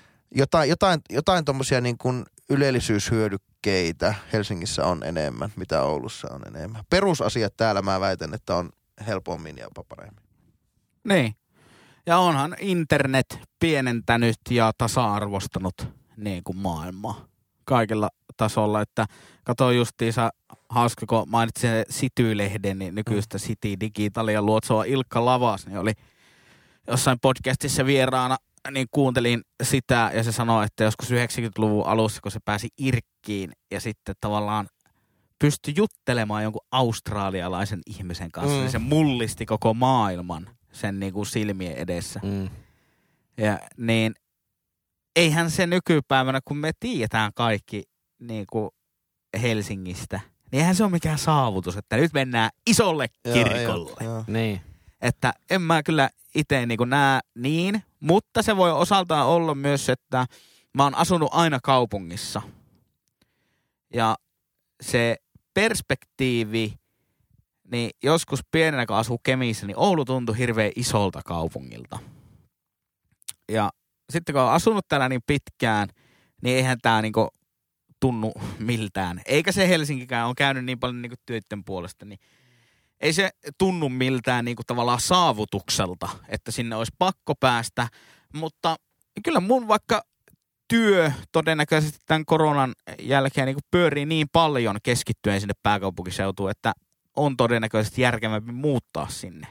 jotain tommosia niin kuin ylellisyyshyödykkeitä Helsingissä on enemmän, mitä Oulussa on enemmän. Perusasiat täällä mä väitän, että on helpommin ja jopa paremmin. Niin. Ja onhan internet pienentänyt ja tasa-arvostanut niin kuin maailmaa kaikilla tasolla, että kato justiinsa hauska, kun mainitsin City-lehden, niin nykyistä City Digitalia luotsoa Ilkka Lavas, niin oli jossain podcastissa vieraana, niin kuuntelin sitä ja se sanoi, että joskus 90-luvun alussa, kun se pääsi Irkkiin ja sitten tavallaan pystyi juttelemaan jonkun australialaisen ihmisen kanssa, niin se mullisti koko maailman sen niin kuin silmien edessä. Ja niin eihän se nykypäivänä, kun me tiedetään kaikki niin kuin Helsingistä, niin eihän se ole mikään saavutus, että nyt mennään isolle kirkolle. Joo. Niin. Että en mä kyllä itse niin kuin näe niin, mutta se voi osaltaan olla myös, että mä oon asunut aina kaupungissa. Ja se perspektiivi, niin joskus pienenä kun asuu Kemissä, niin Oulu tuntui hirveän isolta kaupungilta. Ja sitten kun on asunut täällä niin pitkään, niin eihän tää niinku tunnu miltään. Eikä se Helsingikään on käynyt niin paljon niinku työiden puolesta, niin ei se tunnu miltään niinku tavallaan saavutukselta, että sinne olisi pakko päästä. Mutta kyllä mun vaikka työ todennäköisesti tämän koronan jälkeen niin kuin pyörii niin paljon keskittyen sinne pääkaupunkiseutuun, että on todennäköisesti järkevämpi muuttaa sinne.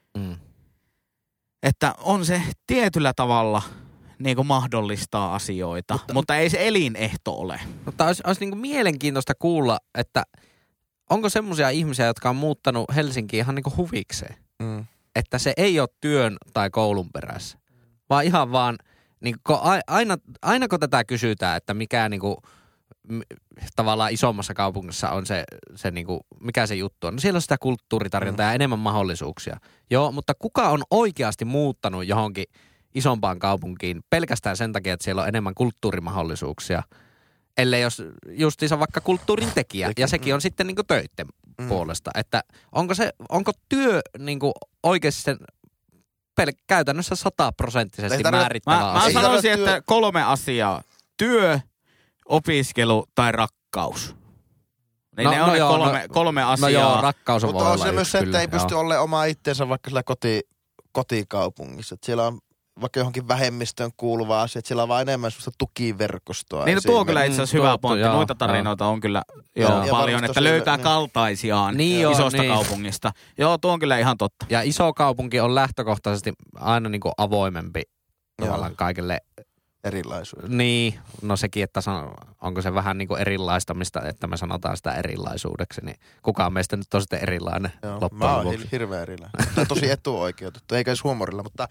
Että on se tietyllä tavalla niin kuin mahdollistaa asioita, mutta ei se elinehto ole. Mutta olisi niin kuin mielenkiintoista kuulla, että onko semmoisia ihmisiä, jotka on muuttanut Helsinkiin ihan niin kuin huvikseen. Että se ei ole työn tai koulun perässä, vaan ihan vaan, niin kuin aina kun tätä kysytään, että mikä niin kuin, tavallaan isommassa kaupungissa on se niin kuin, mikä se juttu on. No siellä on sitä kulttuuritarjontaa ja enemmän mahdollisuuksia. Joo, mutta kuka on oikeasti muuttanut johonkin isompaan kaupunkiin pelkästään sen takia, että siellä on enemmän kulttuurimahdollisuuksia, ellei jos justiinsa vaikka kulttuurin tekijä, ja sekin on sitten niin kuin töitten puolesta. Että onko työ niin kuin oikeasti sen käytännössä 100% määrittävä asia? Mä sanoisin, että 3 asiaa. Työ, opiskelu tai rakkaus. Niin ne on kolme asiaa. No joo, rakkaus on voi olla mutta on se myös se, että ei pysty joo. olemaan omaa itseensä vaikka sillä kotikaupungissa. Että siellä on vaikka johonkin vähemmistöön kuuluva asia, että siellä on vaan enemmän sellaista tukiverkostoa. Niin tuo on kyllä itse asiassa hyvä pointti. Noita tarinoita on kyllä paljon, että löytää kaltaisiaan isosta kaupungista. Joo, tuo on kyllä ihan totta. Ja iso kaupunki on lähtökohtaisesti aina niin kuin avoimempi tavallaan kaikille. Erilaisuus. Niin, no sekin, että onko se vähän niin kuin erilaistamista, että me sanotaan sitä erilaisuudeksi, niin kukaan meistä nyt on sitten erilainen loppujen lopuksi. Mä oon hirveän erilainen. Tämä on tosi etuoikeutettu, eikä edes huumorilla, mutta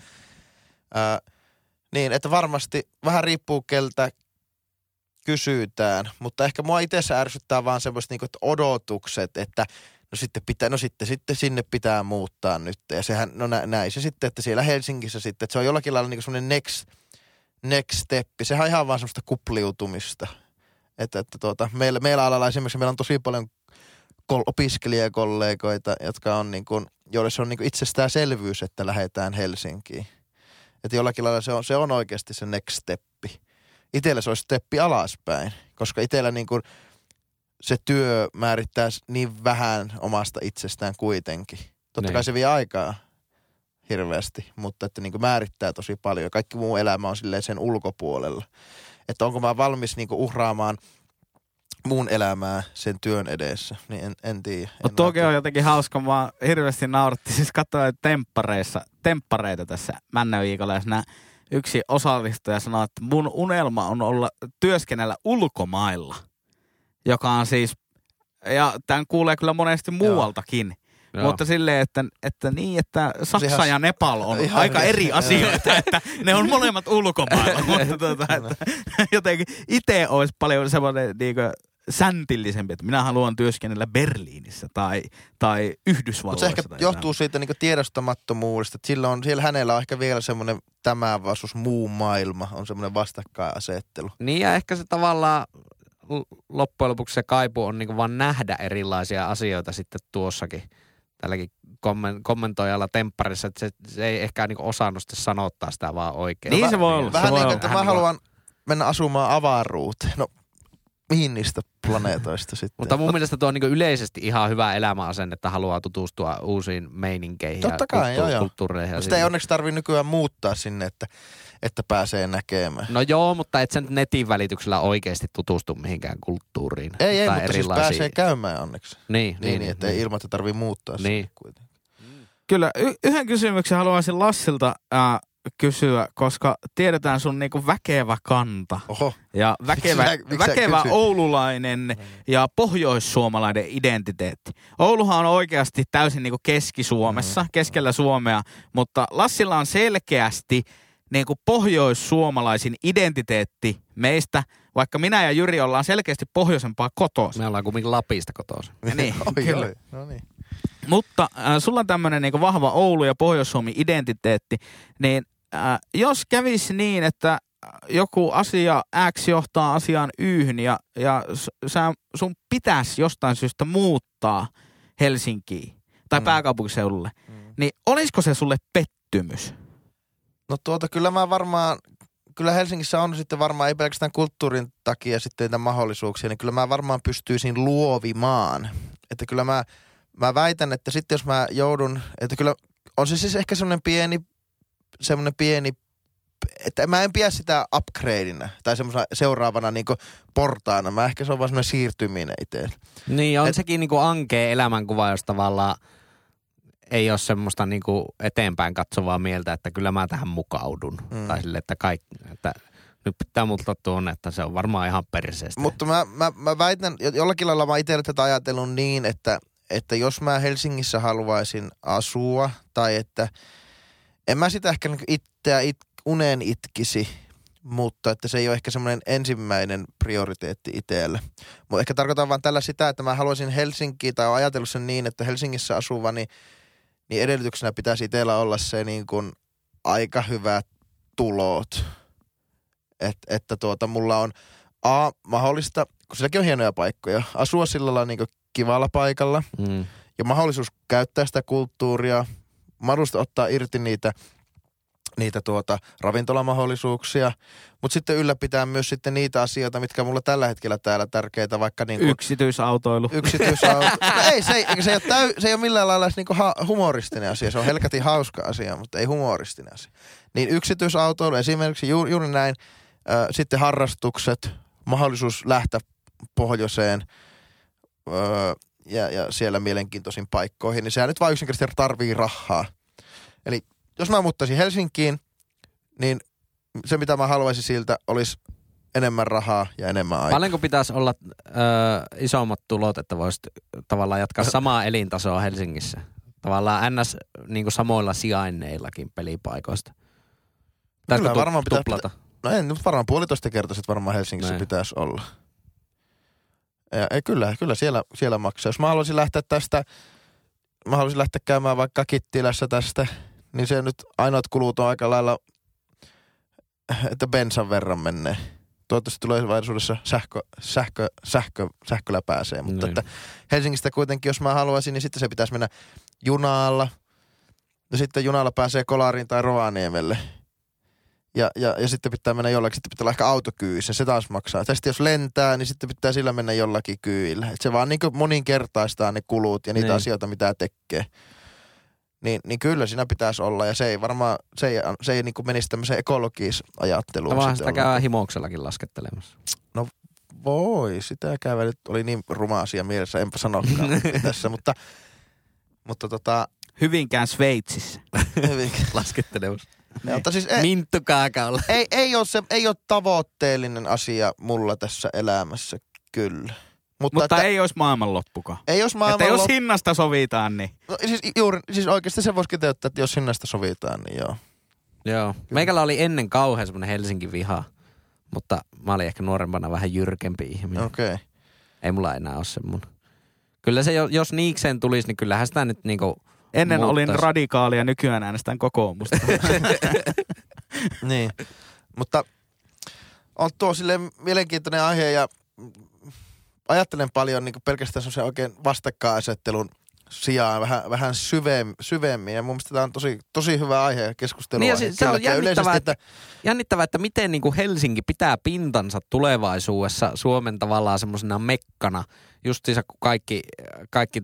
niin, että varmasti vähän riippuu keltä kysytään, mutta ehkä mua itse ärsyttää vaan semmoiset niinku, että odotukset, että sitten sinne pitää muuttaa nyt. Ja sehän, näin se sitten, että siellä Helsingissä sitten, että se on jollakin lailla niinku semmoinen next step. Sehän on ihan vaan semmoista kupliutumista. Että meillä alalla esimerkiksi meillä on tosi paljon opiskelijakollegoita, jotka on niin kuin, joille se on niin kuin itsestäänselvyys, että lähdetään Helsinkiin. Että jollakin lailla se on oikeasti se next steppi. Itsellä se olisi steppi alaspäin, koska itsellä niin kuin se työ määrittää niin vähän omasta itsestään kuitenkin. Totta kai se vie aikaa hirveästi, mutta että niin kuin määrittää tosi paljon. Kaikki muu elämä on silleen sen ulkopuolella. Että onko mä valmis niin kuin uhraamaan muun elämää sen työn edessä, niin en tiedä. Mutta toki on jotenkin hauska, mä hirveästi nauratti. Siis katsoin temppareita tässä männäviikolla, ja yksi osallistuja sanoi, että mun unelma on työskennellä ulkomailla, joka on siis, ja tämän kuulee kyllä monesti muualtakin. Joo. Mutta silleen, että Saksa ja Nepal on aika eri asioita, että ne on molemmat ulkomailla. Mutta että jotenkin itse olisi paljon semmoinen niinkö säntillisempi, että minä haluan työskennellä Berliinissä tai Yhdysvalloissa. Mutta se ehkä johtuu siitä niinku tiedostamattomuudesta, että siellä hänellä on ehkä vielä semmoinen tämä versus muu maailma, on semmoinen vastakkainasettelu. Niin ja ehkä se tavallaan loppujen lopuksi se kaipuu on niinku vaan nähdä erilaisia asioita sitten tuossakin. Tälläkin kommentoijalla tempparissa, että se ei ehkä niinku osannut sitten sanottaa sitä vaan oikein. Niin se voi olla. Vähän niin kuin, että mä haluan mennä asumaan avaruuteen. No, mihin niistä planeetoista sitten? Mutta mun mielestä tuo on niinku yleisesti ihan hyvä elämäasenne, että haluaa tutustua uusiin meininkeihin ja kulttuureihin. Sitä ei onneksi tarvitse nykyään muuttaa sinne, että pääsee näkemään. No joo, mutta et sen netin välityksellä oikeasti tutustu mihinkään kulttuuriin. Ei, mutta siis pääsee käymään onneksi. Niin, että ei ilman, että tarvitsee muuttaa sinne kuitenkin. Kyllä, yhden kysymyksen haluaisin Lassilta kysyä, koska tiedetään sun niinku väkevä kanta. Oho. Ja väkevä oululainen ja pohjoissuomalainen identiteetti. Ouluhan on oikeasti täysin niinku Keski-Suomessa, keskellä Suomea, mutta Lassilla on selkeästi niinku pohjoissuomalaisin identiteetti meistä, vaikka minä ja Jyri ollaan selkeästi pohjoisempaa kotoisin. Me ollaan kuitenkin Lapista kotoisin. Niin, kyllä. No niin. Mutta sulla on tämmöinen niinku vahva Oulu- ja Pohjois-Suomi-identiteetti, niin jos kävisi niin, että joku asia X johtaa asiaan Y:hyn ja sun pitäisi jostain syystä muuttaa Helsinkiin tai pääkaupunkiseudulle, niin olisiko se sulle pettymys? No kyllä Helsingissä on sitten varmaan, ei pelkästään kulttuurin takia sitten niitä mahdollisuuksia, niin kyllä mä varmaan pystyisin luovimaan. Että kyllä mä väitän, että sitten jos mä joudun, että kyllä on se siis ehkä semmoinen pieni että mä en pidä sitä upgradeina tai semmoisena seuraavana niinku portaana. Mä ehkä se on vaan semmoinen siirtyminen itselle. Niin, on sekin niinku ankea elämänkuva, jos tavallaan ei ole semmoista niinku eteenpäin katsovaa mieltä, että kyllä mä tähän mukaudun. Tai sille, että nyt pitää multa tuonne, että se on varmaan ihan perseestä. Mutta mä väitän, jollakin lailla mä itselle tätä ajatellut niin, että jos mä Helsingissä haluaisin asua, tai että en mä sitä ehkä itseä uneen itkisi, mutta että se ei ole ehkä semmoinen ensimmäinen prioriteetti itselle. Mutta ehkä tarkoitan vaan tällä sitä, että mä haluaisin Helsinkiin, tai olen ajatellut sen niin, että Helsingissä asuva, niin edellytyksenä pitäisi itsellä olla se niin kuin aika hyvät tulot. Että mulla on mahdollista, kun silläkin on hienoja paikkoja, asua sillä lailla niin kuin kivalla paikalla ja mahdollisuus käyttää sitä kulttuuria, mahdollista ottaa irti niitä ravintolamahdollisuuksia, mutta sitten ylläpitää myös sitten niitä asioita, mitkä on mulla tällä hetkellä täällä tärkeitä, vaikka niin kuin Yksityisautoilu. No ei, se ei ole millään lailla niin kuin humoristinen asia, se on helkätin hauska asia, mutta ei humoristinen asia. Niin yksityisautoilu esimerkiksi juuri näin, sitten harrastukset, mahdollisuus lähteä pohjoiseen ja siellä mielenkiintoisiin paikkoihin, niin sehän nyt vaan yksinkertaisesti tarvii rahaa. Eli jos mä muuttaisin Helsinkiin, niin se mitä mä haluaisin siltä olisi enemmän rahaa ja enemmän aikaa. Paljonko pitäisi olla isommat tulot, että voisit tavallaan jatkaa samaa elintasoa Helsingissä? Tavallaan ns. Niin kuin samoilla sijainneillakin pelipaikoista. Kyllä varmaan tuplata? No en nyt varmaan 1,5-kertaiset varmaan Helsingissä pitäisi olla. Ja kyllä siellä maksaa. Jos mä haluaisin lähteä käymään vaikka Kittilässä tästä, niin se nyt ainoat kulut on aika että bensan verran menee. Toivottavasti tulevaisuudessa sähköllä pääsee, mutta että Helsingistä kuitenkin, jos mä haluaisin, niin sitten se pitäisi mennä junalla. Ja sitten junalla pääsee Kolariin tai Rovaniemelle. Ja sitten pitää mennä jollakin, sitten pitää olla ehkä autokyyyissä, se taas maksaa. Ja sitten jos lentää, niin sitten pitää sillä mennä jollakin kyydillä. Et se vaan niin kuin moninkertaistaa ne kulut ja niitä asioita, mitä tekee. Niin kyllä siinä pitäisi olla, ja se ei varmaan, se ei niin kuin menisi tämmöiseen ekologisajatteluun. Tavallaan sitä käydään himouksellakin laskettelemassa. No voi, sitä käydään, nyt oli niin ruma asia mielessä, enpä sanokaan tässä, mutta Hyvinkään Sveitsissä. Laskettelemassa. Mutta siis Minttu kaakaolla. Ei ole tavoitteellinen asia mulla tässä elämässä, kyllä. Mutta ei olisi maailmanloppukaan. Ei olisi maailmanloppu. Että jos hinnasta sovitaan, niin. No, siis oikeasti se voisi kiteyttää, että jos hinnasta sovitaan, niin joo. Joo. Meikällä oli ennen kauhean semmoinen Helsingin viha, mutta mä olin ehkä nuorempana vähän jyrkempi ihminen. Okei. Okay. Ei mulla enää ole semmoinen. Kyllä se, jos niikseen tulisi, niin kyllähän sitä nyt niinku ennen olin radikaali ja nykyään äänestän kokoomusta. Niin, mutta on tuo silleen mielenkiintoinen aihe ja ajattelen paljon niin pelkästään semmoisen oikein vastakkainasettelun sijaan vähän syvemmin. Ja mun mielestä tämä on tosi hyvä aihe keskustelua. Niin ja se on jännittävää, että miten niin kuin Helsinki pitää pintansa tulevaisuudessa Suomen tavallaan semmoisena mekkana. Justiinsa kun kaikki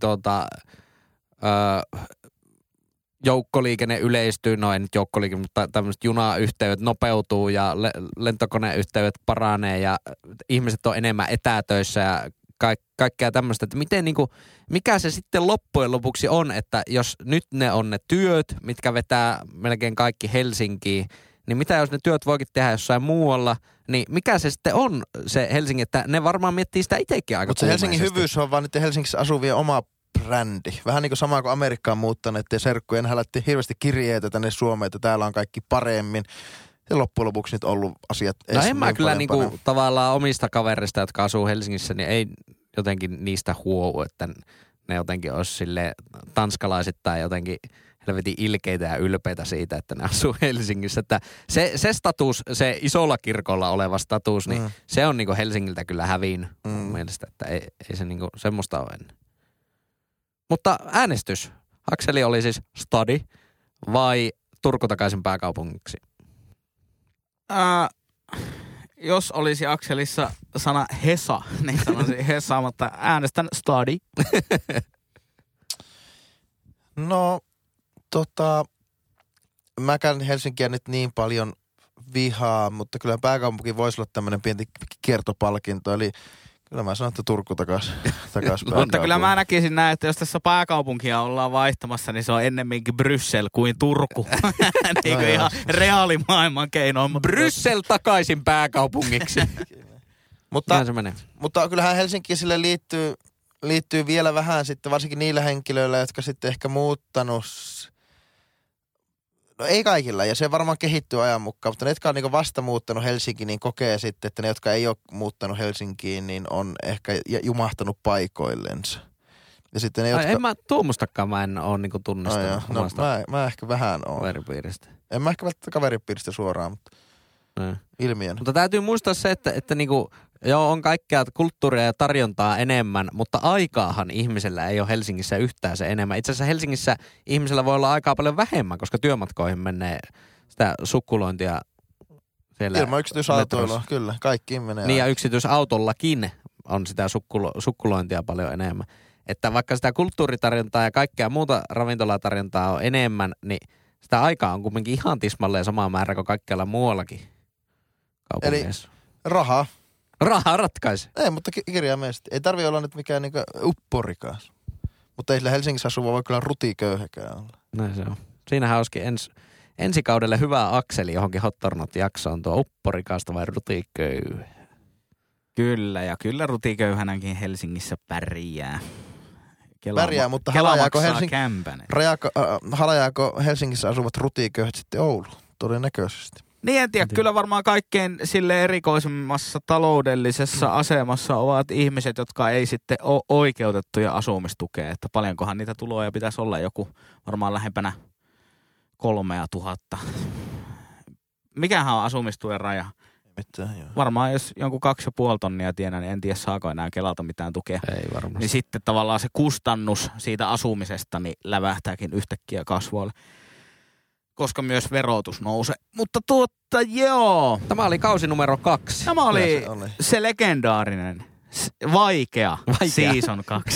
joukkoliikenne yleistyy, no ei nyt joukkoliikenne, mutta tämmöiset junayhteydet nopeutuu ja lentokoneyhteydet paranee ja ihmiset on enemmän etätöissä ja kaikkea tämmöistä, että miten niinku, mikä se sitten loppujen lopuksi on, että jos nyt ne on ne työt, mitkä vetää melkein kaikki Helsinkiin, niin mitä jos ne työt voikin tehdä jossain muualla, niin mikä se sitten on se Helsinki, että ne varmaan miettii sitä itsekin aika. Mutta se Helsingin hyvyys on vaan nyt Helsingissä asuvien oma brändi. Vähän niin kuin sama kuin Amerikkaan muuttaneet ja serkkujen lähti hirveästi kirjeitä tänne Suomeen, että täällä on kaikki paremmin. Ja loppujen lopuksi nyt ollut asiat no en mä kyllä niinku tavallaan omista kaverista, jotka asuu Helsingissä, niin ei jotenkin niistä huou, että ne jotenkin olisi silleen tanskalaiset tai jotenkin helvetin ilkeitä ja ylpeitä siitä, että ne asuu Helsingissä. Että se status, se isolla kirkolla oleva status, niin se on niinku Helsingiltä kyllä häviin mun mielestä, että ei se niinku semmoista ole ennen. Mutta äänestys. Akseli oli siis stadi vai Turku takaisin pääkaupungiksi? Jos olisi Akselissa sana Hesa, niin sanoisin Hesa, mutta äänestän stadi. No, mä käyn Helsinkiä nyt niin paljon vihaa, mutta kyllä pääkaupunki voisi olla tämmöinen pieni kiertopalkinto. Eli kyllä mä sanon, että Turku takaisin Mutta kyllä mä näkisin näin, että jos tässä pääkaupunkia ollaan vaihtamassa, niin se on ennemminkin Bryssel kuin Turku. Niin kuin ihan reaalimaailman keinoin. Bryssel takaisin pääkaupungiksi. Mutta kyllähän Helsinkiin sille liittyy vielä vähän sitten, varsinkin niillä henkilöillä, jotka sitten ehkä muuttanut. No ei kaikilla, ja se varmaan kehittyy ajan mukaan, mutta ne, jotka on niin vasta muuttanut Helsinkiin, niin kokee sitten, että ne, jotka ei ole muuttanut Helsinkiin, niin on ehkä jumahtanut paikoillensa. Ja sitten ne, jotka... En mä tuommoistakaan, mä en ole niin tunnistanut. No mä ehkä vähän oon. Kaveripiiristä. En mä ehkä välttämättä kaveripiiristä suoraan, mutta ilmiön. Mutta täytyy muistaa se, että niinku, joo, on kaikkea kulttuuria ja tarjontaa enemmän, mutta aikaahan ihmisellä ei ole Helsingissä yhtään se enemmän. Itse asiassa Helsingissä ihmisellä voi olla aikaa paljon vähemmän, koska työmatkoihin menee sitä sukkulointia siellä. Ilman yksityisautoilua, kyllä. Kaikkiin menee. Niin ja yksityisautollakin on sitä sukkulointia paljon enemmän. Että vaikka sitä kulttuuritarjontaa ja kaikkea muuta ravintolatarjontaa on enemmän, niin sitä aikaa on kuitenkin ihan tismalleen sama määrä kuin kaikkialla muuallakin kaupungeissa. Eli rahaa. Rahaa ratkaisi. Ei, mutta kirjaimellisesti. Ei tarvitse olla nyt mikään niinku upporikaan. Mutta ei sillä Helsingissä asuva voi kyllä rutiköyhäkään olla. Näin se on. Siinähän olisikin ensi kaudelle hyvä akseli johonkin Hot or Not-jaksoon tuo upporikaasta vai rutiköyhä. Kyllä, ja kyllä rutiköyhänäkin Helsingissä pärjää. Pärjää, mutta halajaako Helsingissä asuvat rutiköyhät sitten Ouluun? Todennäköisesti. Niin en tiedä, kyllä varmaan kaikkein sille erikoisemmassa taloudellisessa asemassa ovat ihmiset, jotka ei sitten ole oikeutettuja asumistukea. Että paljonkohan niitä tuloja pitäisi olla, joku varmaan lähempänä 3,000. Mikähän on asumistuen raja? Mitään, joo. Varmaan jos jonkun 2,5 tonnia tienaa, niin en tiedä saako enää Kelalta mitään tukea. Ei varmasti. Niin sitten tavallaan se kustannus siitä asumisesta niin lävähtääkin yhtäkkiä kasvoille. Koska myös verotus nousee. Mutta joo. Tämä oli kausi numero 2. Tämä oli se legendaarinen, vaikea season 2.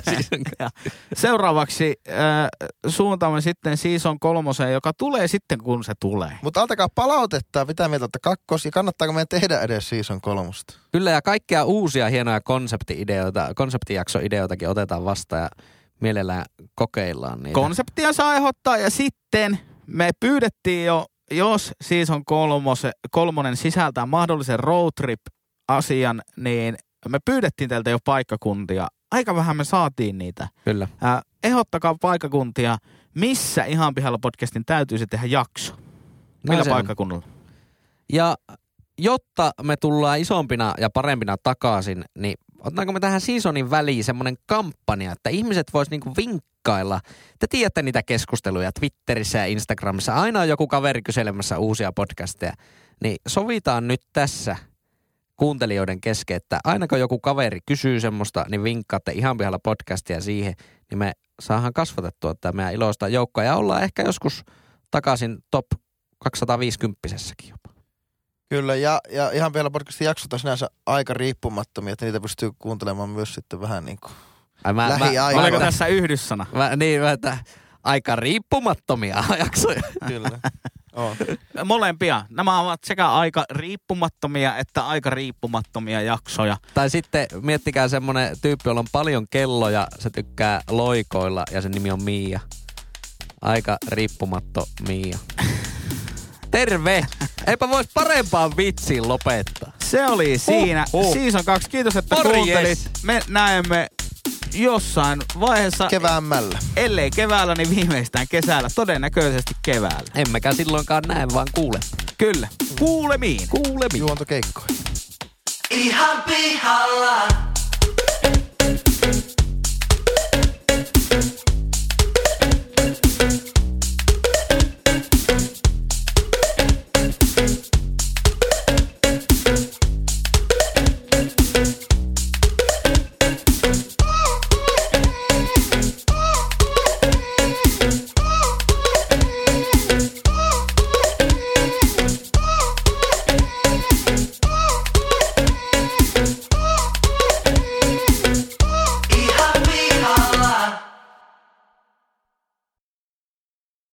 Seuraavaksi suuntaamme sitten season 3, joka tulee sitten kun se tulee. Mutta antakaa palautetta, mitä mieltä olette ja kannattaako meidän tehdä edes season 3? Kyllä ja kaikkia uusia hienoja konseptijaksoideoitakin otetaan vastaan ja mielellään kokeillaan niitä. Konseptia saa ehdottaa ja sitten me pyydettiin jo, jos season 3 sisältää mahdollisen roadtrip-asian, niin me pyydettiin teiltä jo paikkakuntia. Aika vähän me saatiin niitä. Kyllä. Ehdottakaa paikkakuntia, missä Ihan pihalla podcastin täytyisi tehdä jakso. Millä paikkakunnalla? Ja jotta me tullaan isompina ja parempina takaisin, niin otetaanko me tähän seasonin väliin semmoinen kampanja, että ihmiset vois niinku vinkkailla. Te tiedätte niitä keskusteluja Twitterissä ja Instagramissa. Aina on joku kaveri kyselemässä uusia podcasteja. Niin sovitaan nyt tässä kuuntelijoiden kesken, että aina kun joku kaveri kysyy semmoista, niin vinkkaatte Ihan pihalla podcastia siihen, niin me saadaan kasvatettua tämä meidän iloista joukkoa ja ollaan ehkä joskus takaisin top 250-säkin jopa. Kyllä, ja Ihan pihalla podcastin jaksot on sinänsä aika riippumattomia, että niitä pystyy kuuntelemaan myös sitten vähän niin kuin lähiaikoina. Oliko tässä yhdyssana? Että aika riippumattomia jaksoja. Kyllä. On. Molempia. Nämä ovat sekä aika riippumattomia että aika riippumattomia jaksoja. Tai sitten miettikää semmonen tyyppi, jolla on paljon kelloja, se tykkää loikoilla ja sen nimi on Miia. Aika riippumatto Miia. Terve! Eipä vois parempaan vitsiin lopettaa. Se oli siinä. Season 2. Kiitos, että kuuntelit. Me näemme jossain vaiheessa. Keväämmällä. Ellei keväällä, niin viimeistään kesällä. Todennäköisesti keväällä. Emmekä silloinkaan näe, vaan kuule. Kyllä. Kuulemiin. Juontokeikkoihin. Ihan pihalla.